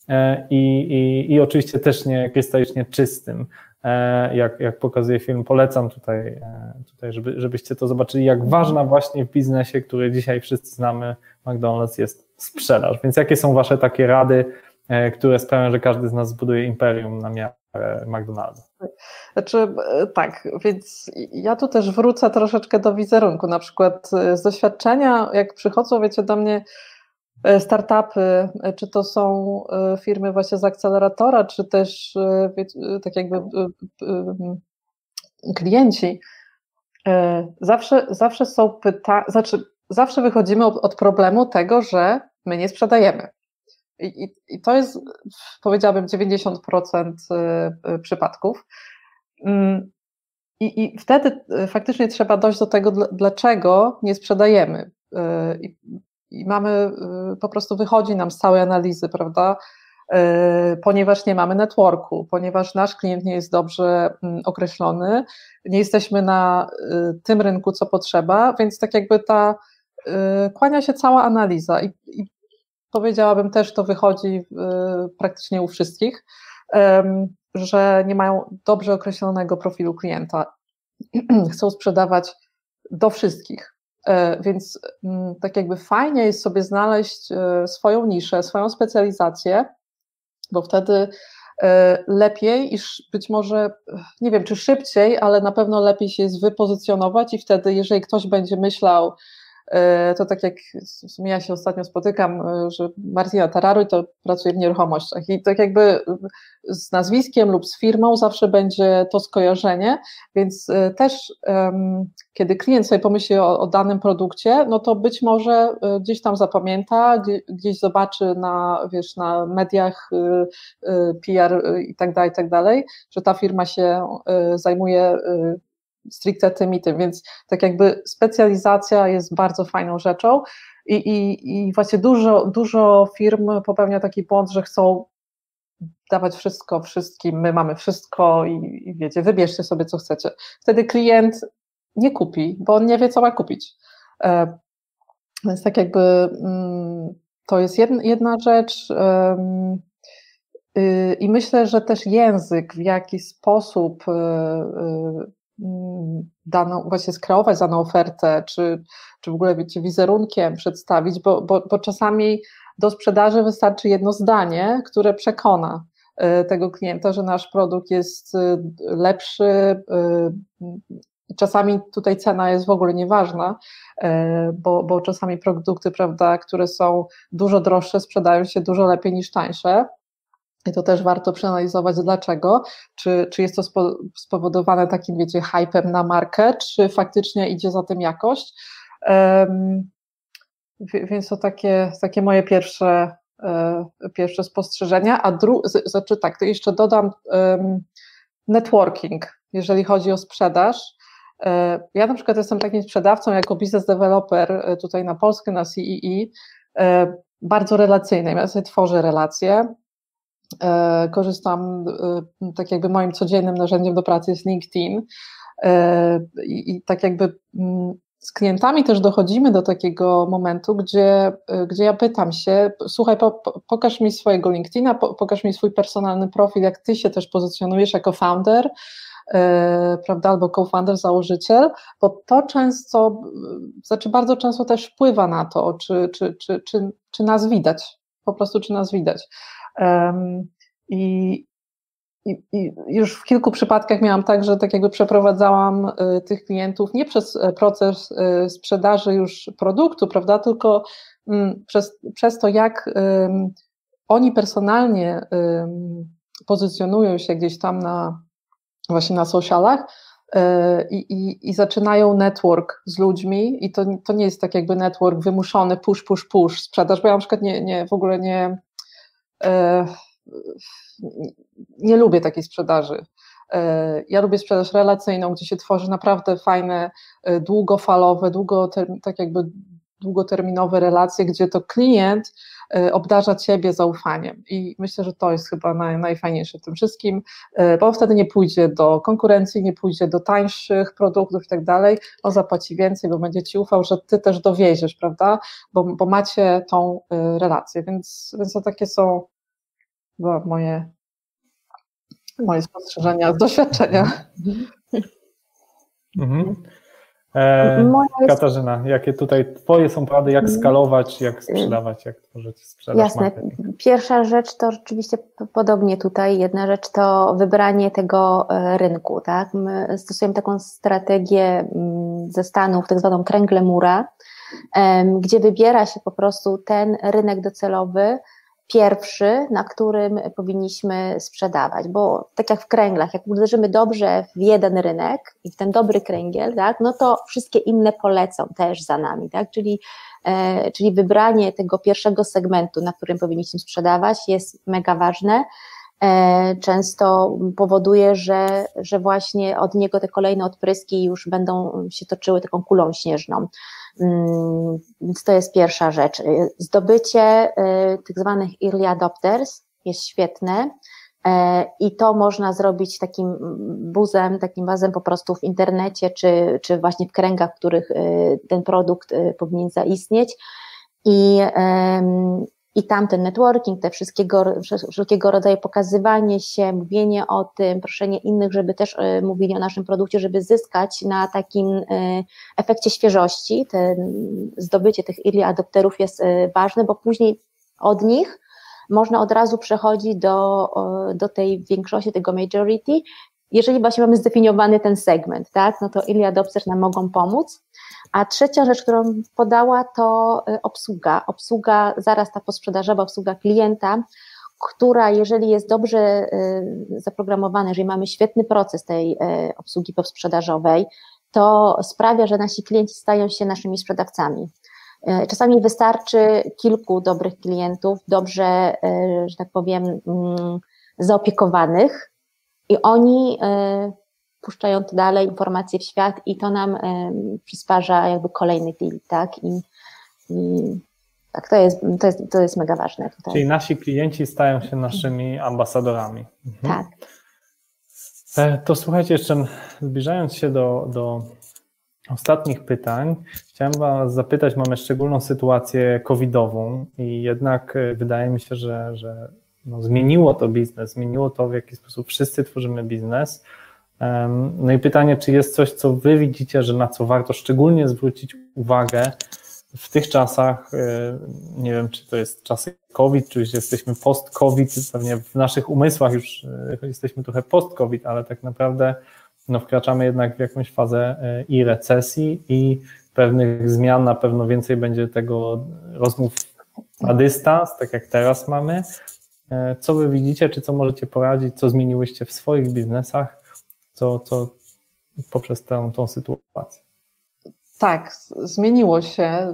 i oczywiście też nie krystalicznie czystym, jak pokazuje film. Polecam tutaj żebyście to zobaczyli, jak ważna właśnie w biznesie, który dzisiaj wszyscy znamy, McDonald's, jest sprzedaż. Więc jakie są wasze takie rady, które sprawią, że każdy z nas zbuduje imperium na miarę McDonalda? Znaczy, tak, więc ja tu też wrócę troszeczkę do wizerunku. Na przykład z doświadczenia, jak przychodzą, wiecie, do mnie startupy, czy to są firmy właśnie z akceleratora, czy też wiecie, tak jakby klienci, zawsze są pytania, zawsze wychodzimy od problemu tego, że my nie sprzedajemy. I to jest, powiedziałabym, 90% przypadków. I wtedy faktycznie trzeba dojść do tego, dlaczego nie sprzedajemy. I mamy, po prostu wychodzi nam z całej analizy, prawda, ponieważ nie mamy networku, ponieważ nasz klient nie jest dobrze określony, nie jesteśmy na tym rynku, co potrzeba, więc tak jakby kłania się cała analiza i powiedziałabym też, to wychodzi praktycznie u wszystkich, że nie mają dobrze określonego profilu klienta. Chcą sprzedawać do wszystkich, więc tak jakby fajnie jest sobie znaleźć swoją niszę, swoją specjalizację, bo wtedy lepiej i być może, nie wiem czy szybciej, ale na pewno lepiej się jest wypozycjonować i wtedy, jeżeli ktoś będzie myślał, to tak jak w sumie ja się ostatnio spotykam, że Martina Tararuj to pracuje w nieruchomościach i tak jakby z nazwiskiem lub z firmą zawsze będzie to skojarzenie, więc też kiedy klient sobie pomyśli o danym produkcie, no to być może gdzieś tam zapamięta, gdzieś zobaczy na mediach PR i tak dalej, że ta firma się zajmuje stricte tym i tym, więc tak jakby specjalizacja jest bardzo fajną rzeczą i właśnie dużo firm popełnia taki błąd, że chcą dawać wszystko wszystkim, my mamy wszystko i wiecie, wybierzcie sobie co chcecie. Wtedy klient nie kupi, bo on nie wie co ma kupić. Więc tak jakby to jest jedna rzecz i myślę, że też język, w jaki sposób właśnie skreować daną ofertę, czy w ogóle wiecie, wizerunkiem przedstawić, bo czasami do sprzedaży wystarczy jedno zdanie, które przekona tego klienta, że nasz produkt jest lepszy. Czasami tutaj cena jest w ogóle nieważna, bo czasami produkty, prawda, które są dużo droższe, sprzedają się dużo lepiej niż tańsze. I to też warto przeanalizować dlaczego, czy jest to spowodowane takim, wiecie, hypem na markę, czy faktycznie idzie za tym jakość. Więc to takie moje pierwsze spostrzeżenia, to jeszcze dodam networking, jeżeli chodzi o sprzedaż. Ja na przykład jestem takim sprzedawcą jako business developer tutaj na Polskę, na CEE, bardzo relacyjnym. Ja sobie tworzę relacje, korzystam, tak jakby moim codziennym narzędziem do pracy jest LinkedIn i tak jakby z klientami też dochodzimy do takiego momentu, gdzie ja pytam się, słuchaj, pokaż mi swojego LinkedIna, pokaż mi swój personalny profil, jak ty się też pozycjonujesz jako founder, prawda, albo co-founder, założyciel, bo to często, znaczy bardzo często też wpływa na to, czy nas widać, po prostu czy nas widać. I już w kilku przypadkach miałam tak, że tak jakby przeprowadzałam tych klientów nie przez proces sprzedaży już produktu, prawda, tylko przez to, jak oni personalnie pozycjonują się gdzieś tam właśnie na socialach i zaczynają network z ludźmi i to nie jest tak jakby network wymuszony, push, sprzedaż, bo ja na przykład w ogóle nie lubię takiej sprzedaży. Ja lubię sprzedaż relacyjną, gdzie się tworzy naprawdę fajne, długofalowe, długoterminowe relacje, gdzie to klient obdarza ciebie zaufaniem i myślę, że to jest chyba najfajniejsze w tym wszystkim, bo wtedy nie pójdzie do konkurencji, nie pójdzie do tańszych produktów i tak dalej, on zapłaci więcej, bo będzie ci ufał, że ty też dowieziesz, prawda, bo macie tą relację, więc to takie są moje spostrzeżenia z doświadczenia. Katarzyna, jakie tutaj twoje są porady, jak skalować, jak sprzedawać, jak tworzyć sprzedaż? Jasne. Marketing? Pierwsza rzecz to rzeczywiście podobnie tutaj, jedna rzecz to wybranie tego rynku, tak? My stosujemy taką strategię ze Stanów, tak zwaną kręgle Mura, gdzie wybiera się po prostu ten rynek docelowy, pierwszy, na którym powinniśmy sprzedawać, bo tak jak w kręglach, jak uderzymy dobrze w jeden rynek i w ten dobry kręgiel, tak, no to wszystkie inne polecą też za nami, tak, czyli wybranie tego pierwszego segmentu, na którym powinniśmy sprzedawać, jest mega ważne. Często powoduje, że właśnie od niego te kolejne odpryski już będą się toczyły taką kulą śnieżną. Więc to jest pierwsza rzecz. Zdobycie tych zwanych early adopters jest świetne i to można zrobić takim bazem po prostu w internecie, czy właśnie w kręgach, w których ten produkt powinien zaistnieć i tam ten networking, te wszelkiego rodzaju pokazywanie się, mówienie o tym, proszenie innych, żeby też mówili o naszym produkcie, żeby zyskać na takim efekcie świeżości. Zdobycie tych early adopterów jest ważne, bo później od nich można od razu przechodzić do tej większości, tego majority. Jeżeli właśnie mamy zdefiniowany ten segment, tak, no to early adopters nam mogą pomóc. A trzecia rzecz, którą podała, to obsługa zaraz ta posprzedażowa, obsługa klienta, która jeżeli jest dobrze zaprogramowana, jeżeli mamy świetny proces tej obsługi posprzedażowej, to sprawia, że nasi klienci stają się naszymi sprzedawcami. Czasami wystarczy kilku dobrych klientów, dobrze, że tak powiem, zaopiekowanych i oni puszczają to dalej, informacje w świat i to nam przysparza jakby kolejny deal, tak? I tak, to jest mega ważne tutaj. Czyli nasi klienci stają się naszymi ambasadorami. Tak. To słuchajcie, jeszcze zbliżając się do ostatnich pytań, chciałem was zapytać, mamy szczególną sytuację covidową i jednak wydaje mi się, że zmieniło to biznes, zmieniło to, w jaki sposób wszyscy tworzymy biznes. No i pytanie, czy jest coś, co wy widzicie, że na co warto szczególnie zwrócić uwagę w tych czasach, nie wiem, czy to jest czasy COVID, czy już jesteśmy post-COVID, pewnie w naszych umysłach już jesteśmy trochę post-COVID, ale tak naprawdę wkraczamy jednak w jakąś fazę i recesji, i pewnych zmian, na pewno więcej będzie tego rozmów na dystans, tak jak teraz mamy. Co wy widzicie, czy co możecie poradzić, co zmieniłyście w swoich biznesach, co poprzez tą sytuację? Tak, zmieniło się.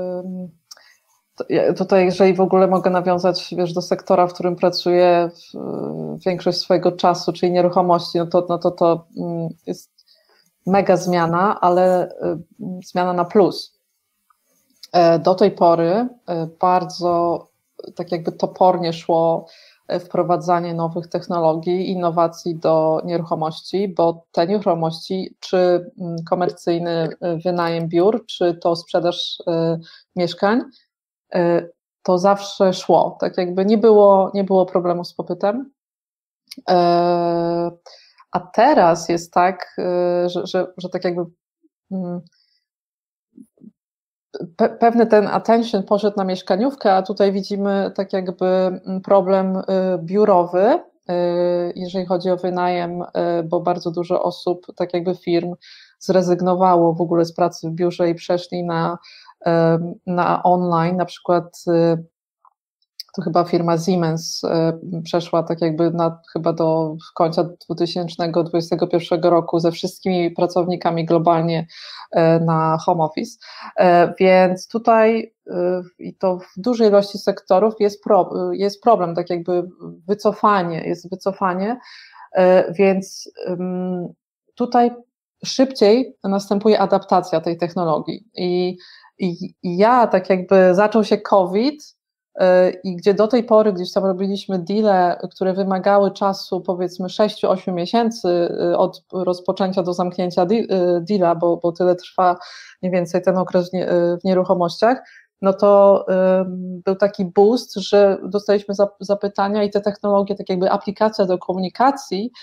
Tutaj, jeżeli w ogóle mogę nawiązać, do sektora, w którym pracuję większość swojego czasu, czyli nieruchomości, no to jest mega zmiana, ale zmiana na plus. Do tej pory bardzo tak jakby topornie szło wprowadzanie nowych technologii, innowacji do nieruchomości, bo te nieruchomości, czy komercyjny wynajem biur, czy to sprzedaż mieszkań, to zawsze szło. Tak jakby nie było problemu z popytem. A teraz jest tak, że tak jakby pewny ten attention poszedł na mieszkaniówkę, a tutaj widzimy tak jakby problem biurowy, jeżeli chodzi o wynajem, bo bardzo dużo osób, tak jakby firm, zrezygnowało w ogóle z pracy w biurze i przeszli na online, na przykład to chyba firma Siemens przeszła tak jakby chyba do końca 2021 roku ze wszystkimi pracownikami globalnie na home office, więc tutaj i to w dużej ilości sektorów jest problem, tak jakby jest wycofanie, więc tutaj szybciej następuje adaptacja tej technologii i ja tak jakby zaczął się COVID, i gdzie do tej pory gdzieś tam robiliśmy deale, które wymagały czasu powiedzmy 6-8 miesięcy od rozpoczęcia do zamknięcia deala, bo tyle trwa mniej więcej ten okres w nieruchomościach, no to był taki boost, że dostaliśmy zapytania i te technologie, tak jakby aplikacja do komunikacji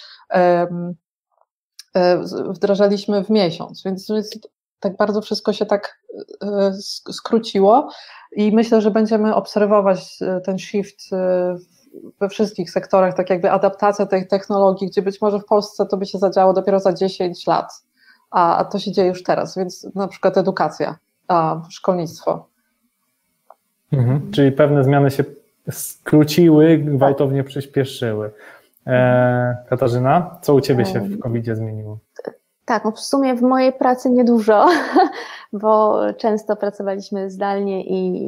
wdrażaliśmy w miesiąc, więc tak bardzo wszystko się tak skróciło i myślę, że będziemy obserwować ten shift we wszystkich sektorach, tak jakby adaptacja tej technologii, gdzie być może w Polsce to by się zadziało dopiero za 10 lat, a to się dzieje już teraz, więc na przykład edukacja, szkolnictwo. Czyli pewne zmiany się skróciły, gwałtownie przyspieszyły. Katarzyna, co u Ciebie się w COVID-zie zmieniło? Tak, no w sumie w mojej pracy niedużo, bo często pracowaliśmy zdalnie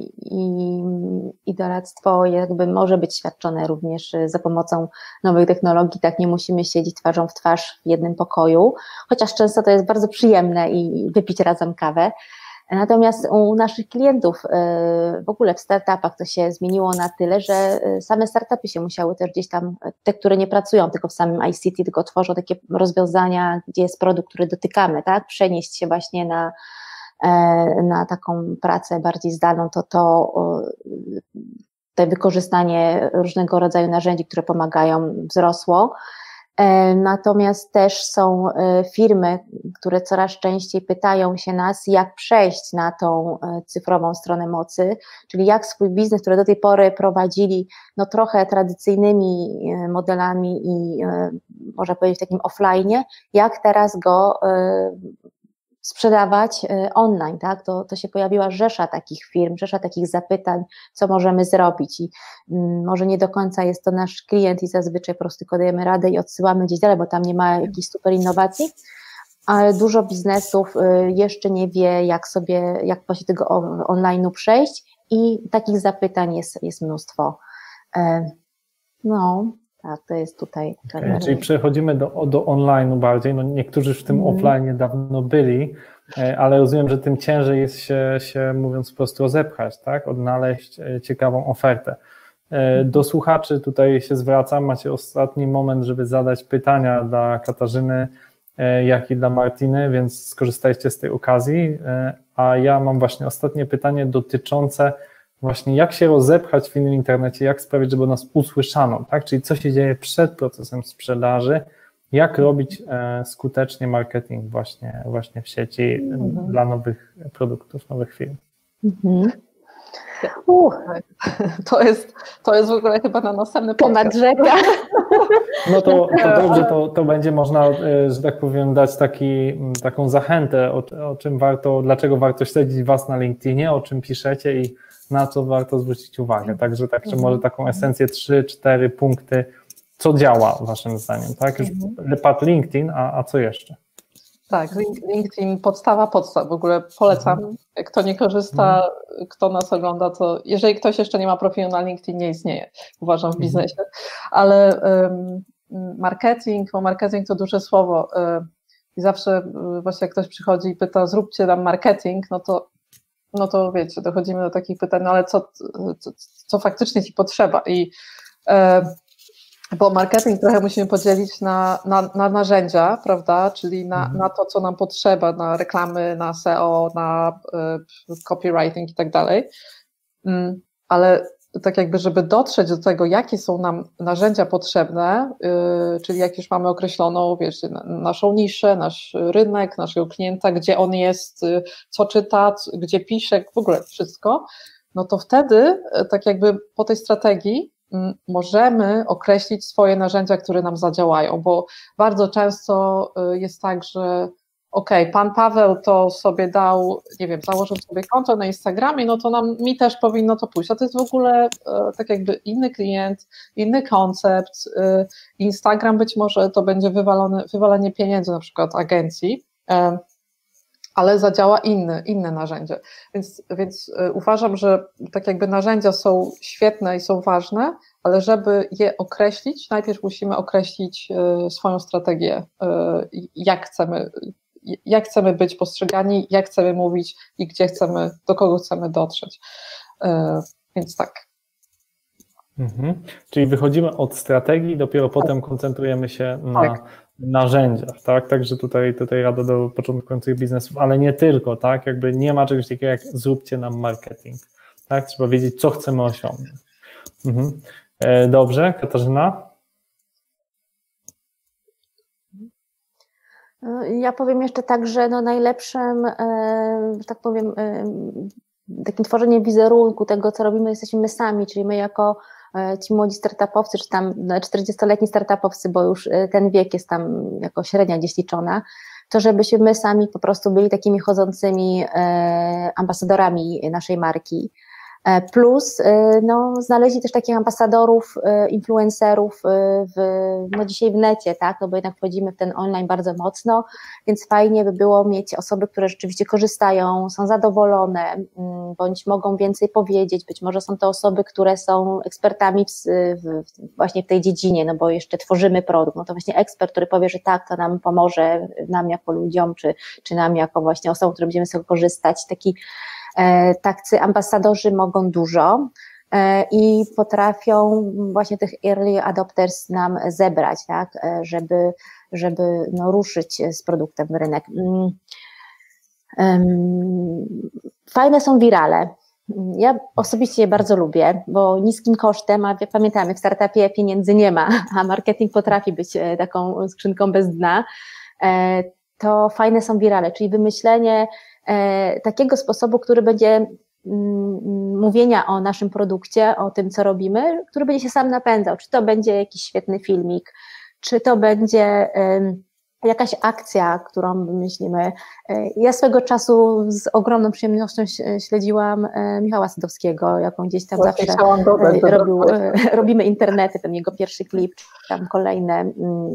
i doradztwo jakby może być świadczone również za pomocą nowych technologii, tak nie musimy siedzieć twarzą w twarz w jednym pokoju, chociaż często to jest bardzo przyjemne i wypić razem kawę. Natomiast u naszych klientów w ogóle w startupach to się zmieniło na tyle, że same startupy się musiały też gdzieś tam, te, które nie pracują tylko w samym ICT, tylko tworzą takie rozwiązania, gdzie jest produkt, który dotykamy, tak? Przenieść się właśnie na taką pracę bardziej zdalną, to wykorzystanie różnego rodzaju narzędzi, które pomagają, wzrosło. Natomiast też są firmy, które coraz częściej pytają się nas, jak przejść na tą cyfrową stronę mocy, czyli jak swój biznes, który do tej pory prowadzili no trochę tradycyjnymi modelami i można powiedzieć w takim offline'ie, jak teraz go sprzedawać online, tak? To się pojawiła rzesza takich firm, rzesza takich zapytań, co możemy zrobić i może nie do końca jest to nasz klient i zazwyczaj po prostu tylko dajemy radę i odsyłamy gdzieś dalej, bo tam nie ma jakichś super innowacji, ale dużo biznesów jeszcze nie wie, jak właśnie tego online'u przejść i takich zapytań jest mnóstwo. No, tak, to jest tutaj. Okay, czyli przechodzimy do online'u bardziej. No niektórzy już w tym offline dawno byli, ale rozumiem, że tym ciężej jest się mówiąc po prostu rozepchać, tak? Odnaleźć ciekawą ofertę. Do słuchaczy tutaj się zwracam. Macie ostatni moment, żeby zadać pytania dla Katarzyny, jak i dla Martiny, więc skorzystajcie z tej okazji. A ja mam właśnie ostatnie pytanie dotyczące właśnie jak się rozepchać w innym internecie, jak sprawić, żeby nas usłyszano, tak? Czyli co się dzieje przed procesem sprzedaży, jak robić skutecznie marketing właśnie w sieci dla nowych produktów, nowych firm. To jest w ogóle chyba na następny temat rzeka. No to dobrze, to będzie można, że tak powiem, dać taką zachętę, dlaczego warto śledzić Was na LinkedInie, o czym piszecie i na co warto zwrócić uwagę. Także może taką esencję 3-4 punkty, co działa Waszym zdaniem, tak? Już padł LinkedIn, a co jeszcze? Tak, LinkedIn podstawa. W ogóle polecam. Kto nie korzysta, kto nas ogląda, to jeżeli ktoś jeszcze nie ma profilu na LinkedIn, nie istnieje, uważam, w biznesie. Ale marketing to duże słowo. I zawsze właśnie jak ktoś przychodzi i pyta, zróbcie nam marketing, no to wiecie, dochodzimy do takich pytań, no ale co faktycznie ci potrzeba? Bo marketing trochę musimy podzielić na narzędzia, prawda, czyli na to, co nam potrzeba, na reklamy, na SEO, na copywriting i tak dalej, ale tak jakby, żeby dotrzeć do tego, jakie są nam narzędzia potrzebne, czyli jak już mamy określoną, wiesz, naszą niszę, nasz rynek, naszego klienta, gdzie on jest, co czyta, gdzie pisze, w ogóle wszystko, no to wtedy tak jakby po tej strategii możemy określić swoje narzędzia, które nam zadziałają, bo bardzo często jest tak, że pan Paweł to sobie dał, nie wiem, założył sobie konto na Instagramie, no to mi też powinno to pójść, a to jest w ogóle tak jakby inny klient, inny koncept, Instagram być może to będzie wywalenie pieniędzy na przykład agencji, ale zadziała inne narzędzie, więc uważam, że tak jakby narzędzia są świetne i są ważne, ale żeby je określić, najpierw musimy określić swoją strategię, jak chcemy być postrzegani, jak chcemy mówić i do kogo chcemy dotrzeć. Więc tak. Czyli wychodzimy od strategii, dopiero potem koncentrujemy się na narzędziach, tak? Także tutaj rada do początkujących biznesów, ale nie tylko, tak? Jakby nie ma czegoś takiego jak zróbcie nam marketing, tak? Trzeba wiedzieć, co chcemy osiągnąć. Dobrze, Katarzyna? Ja powiem jeszcze tak, że najlepszym, że tak powiem, takim tworzeniem wizerunku tego, co robimy, jesteśmy my sami, czyli my jako ci młodzi startupowcy, czy tam 40-letni startupowcy, bo już ten wiek jest tam jako średnia gdzieś liczona, to żebyśmy my sami po prostu byli takimi chodzącymi ambasadorami naszej marki. Plus znaleźli też takich ambasadorów, influencerów dzisiaj w necie, tak, bo jednak wchodzimy w ten online bardzo mocno, więc fajnie by było mieć osoby, które rzeczywiście korzystają, są zadowolone, bądź mogą więcej powiedzieć, być może są to osoby, które są ekspertami właśnie w tej dziedzinie, bo jeszcze tworzymy produkt, to właśnie ekspert, który powie, że tak, to nam pomoże, nam jako ludziom, czy nam jako właśnie osobom, które będziemy z tego korzystać, tacy ambasadorzy mogą dużo i potrafią właśnie tych early adopters nam zebrać, tak, żeby ruszyć z produktem w rynek. Fajne są wirale. Ja osobiście je bardzo lubię, bo niskim kosztem, a pamiętamy, w startupie pieniędzy nie ma, a marketing potrafi być taką skrzynką bez dna. To fajne są wirale, czyli wymyślenie takiego sposobu, który będzie mówienia o naszym produkcie, o tym, co robimy, który będzie się sam napędzał, czy to będzie jakiś świetny filmik, czy to będzie jakaś akcja, którą wymyślimy. Ja swego czasu z ogromną przyjemnością śledziłam Michała Sadowskiego, jaką gdzieś tam zawsze robimy internety, ten jego pierwszy klip, czy tam kolejne.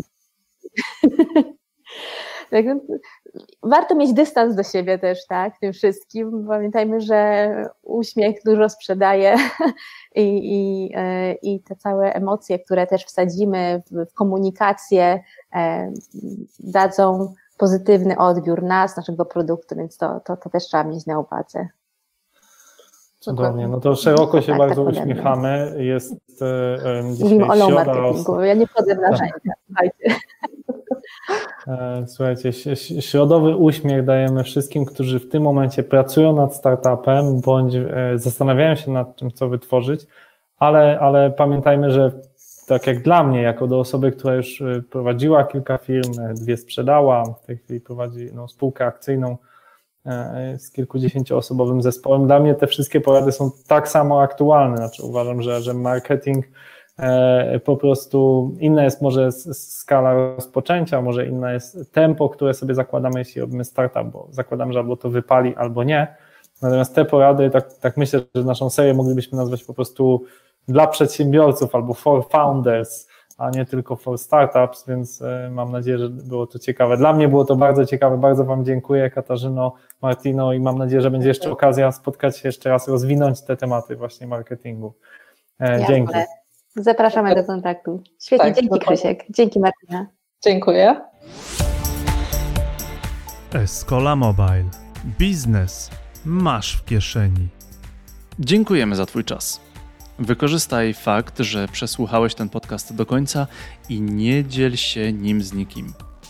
Warto mieć dystans do siebie też, tak, w tym wszystkim. Pamiętajmy, że uśmiech dużo sprzedaje i te całe emocje, które też wsadzimy w komunikację, dadzą pozytywny odbiór nas, naszego produktu, więc to też trzeba mieć na uwadze. Cudownie, to szeroko się bardzo uśmiechamy. Jest mówimy o low marketingu, ja nie wchodzę w narzędzia, słuchajcie. Słuchajcie, środowy uśmiech dajemy wszystkim, którzy w tym momencie pracują nad startupem, bądź zastanawiają się nad tym, co wytworzyć, ale pamiętajmy, że tak jak dla mnie, jako do osoby, która już prowadziła kilka firm, 2 sprzedała, w tej chwili prowadzi spółkę akcyjną z kilkudziesięcioosobowym zespołem, dla mnie te wszystkie porady są tak samo aktualne, znaczy uważam, że marketing po prostu inna jest może skala rozpoczęcia, może inna jest tempo, które sobie zakładamy, jeśli robimy startup, bo zakładamy, że albo to wypali, albo nie. Natomiast te porady, tak myślę, że naszą serię moglibyśmy nazwać po prostu dla przedsiębiorców albo for founders, a nie tylko for startups, więc mam nadzieję, że było to ciekawe. Dla mnie było to bardzo ciekawe, bardzo Wam dziękuję, Katarzyno, Martino, i mam nadzieję, że będzie jeszcze okazja spotkać się jeszcze raz, rozwinąć te tematy właśnie marketingu. Dzięki. Zapraszamy do kontaktu. Świetnie, dzięki Krzysiek, dzięki Martyna. Dziękuję. Escola Mobile. Biznes masz w kieszeni. Dziękujemy za Twój czas. Wykorzystaj fakt, że przesłuchałeś ten podcast do końca i nie dziel się nim z nikim.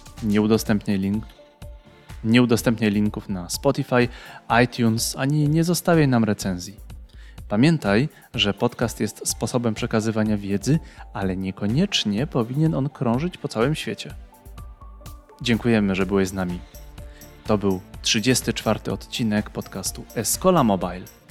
Nie udostępniaj linków na Spotify, iTunes, ani nie zostawiaj nam recenzji. Pamiętaj, że podcast jest sposobem przekazywania wiedzy, ale niekoniecznie powinien on krążyć po całym świecie. Dziękujemy, że byłeś z nami. To był 34. odcinek podcastu Escola Mobile.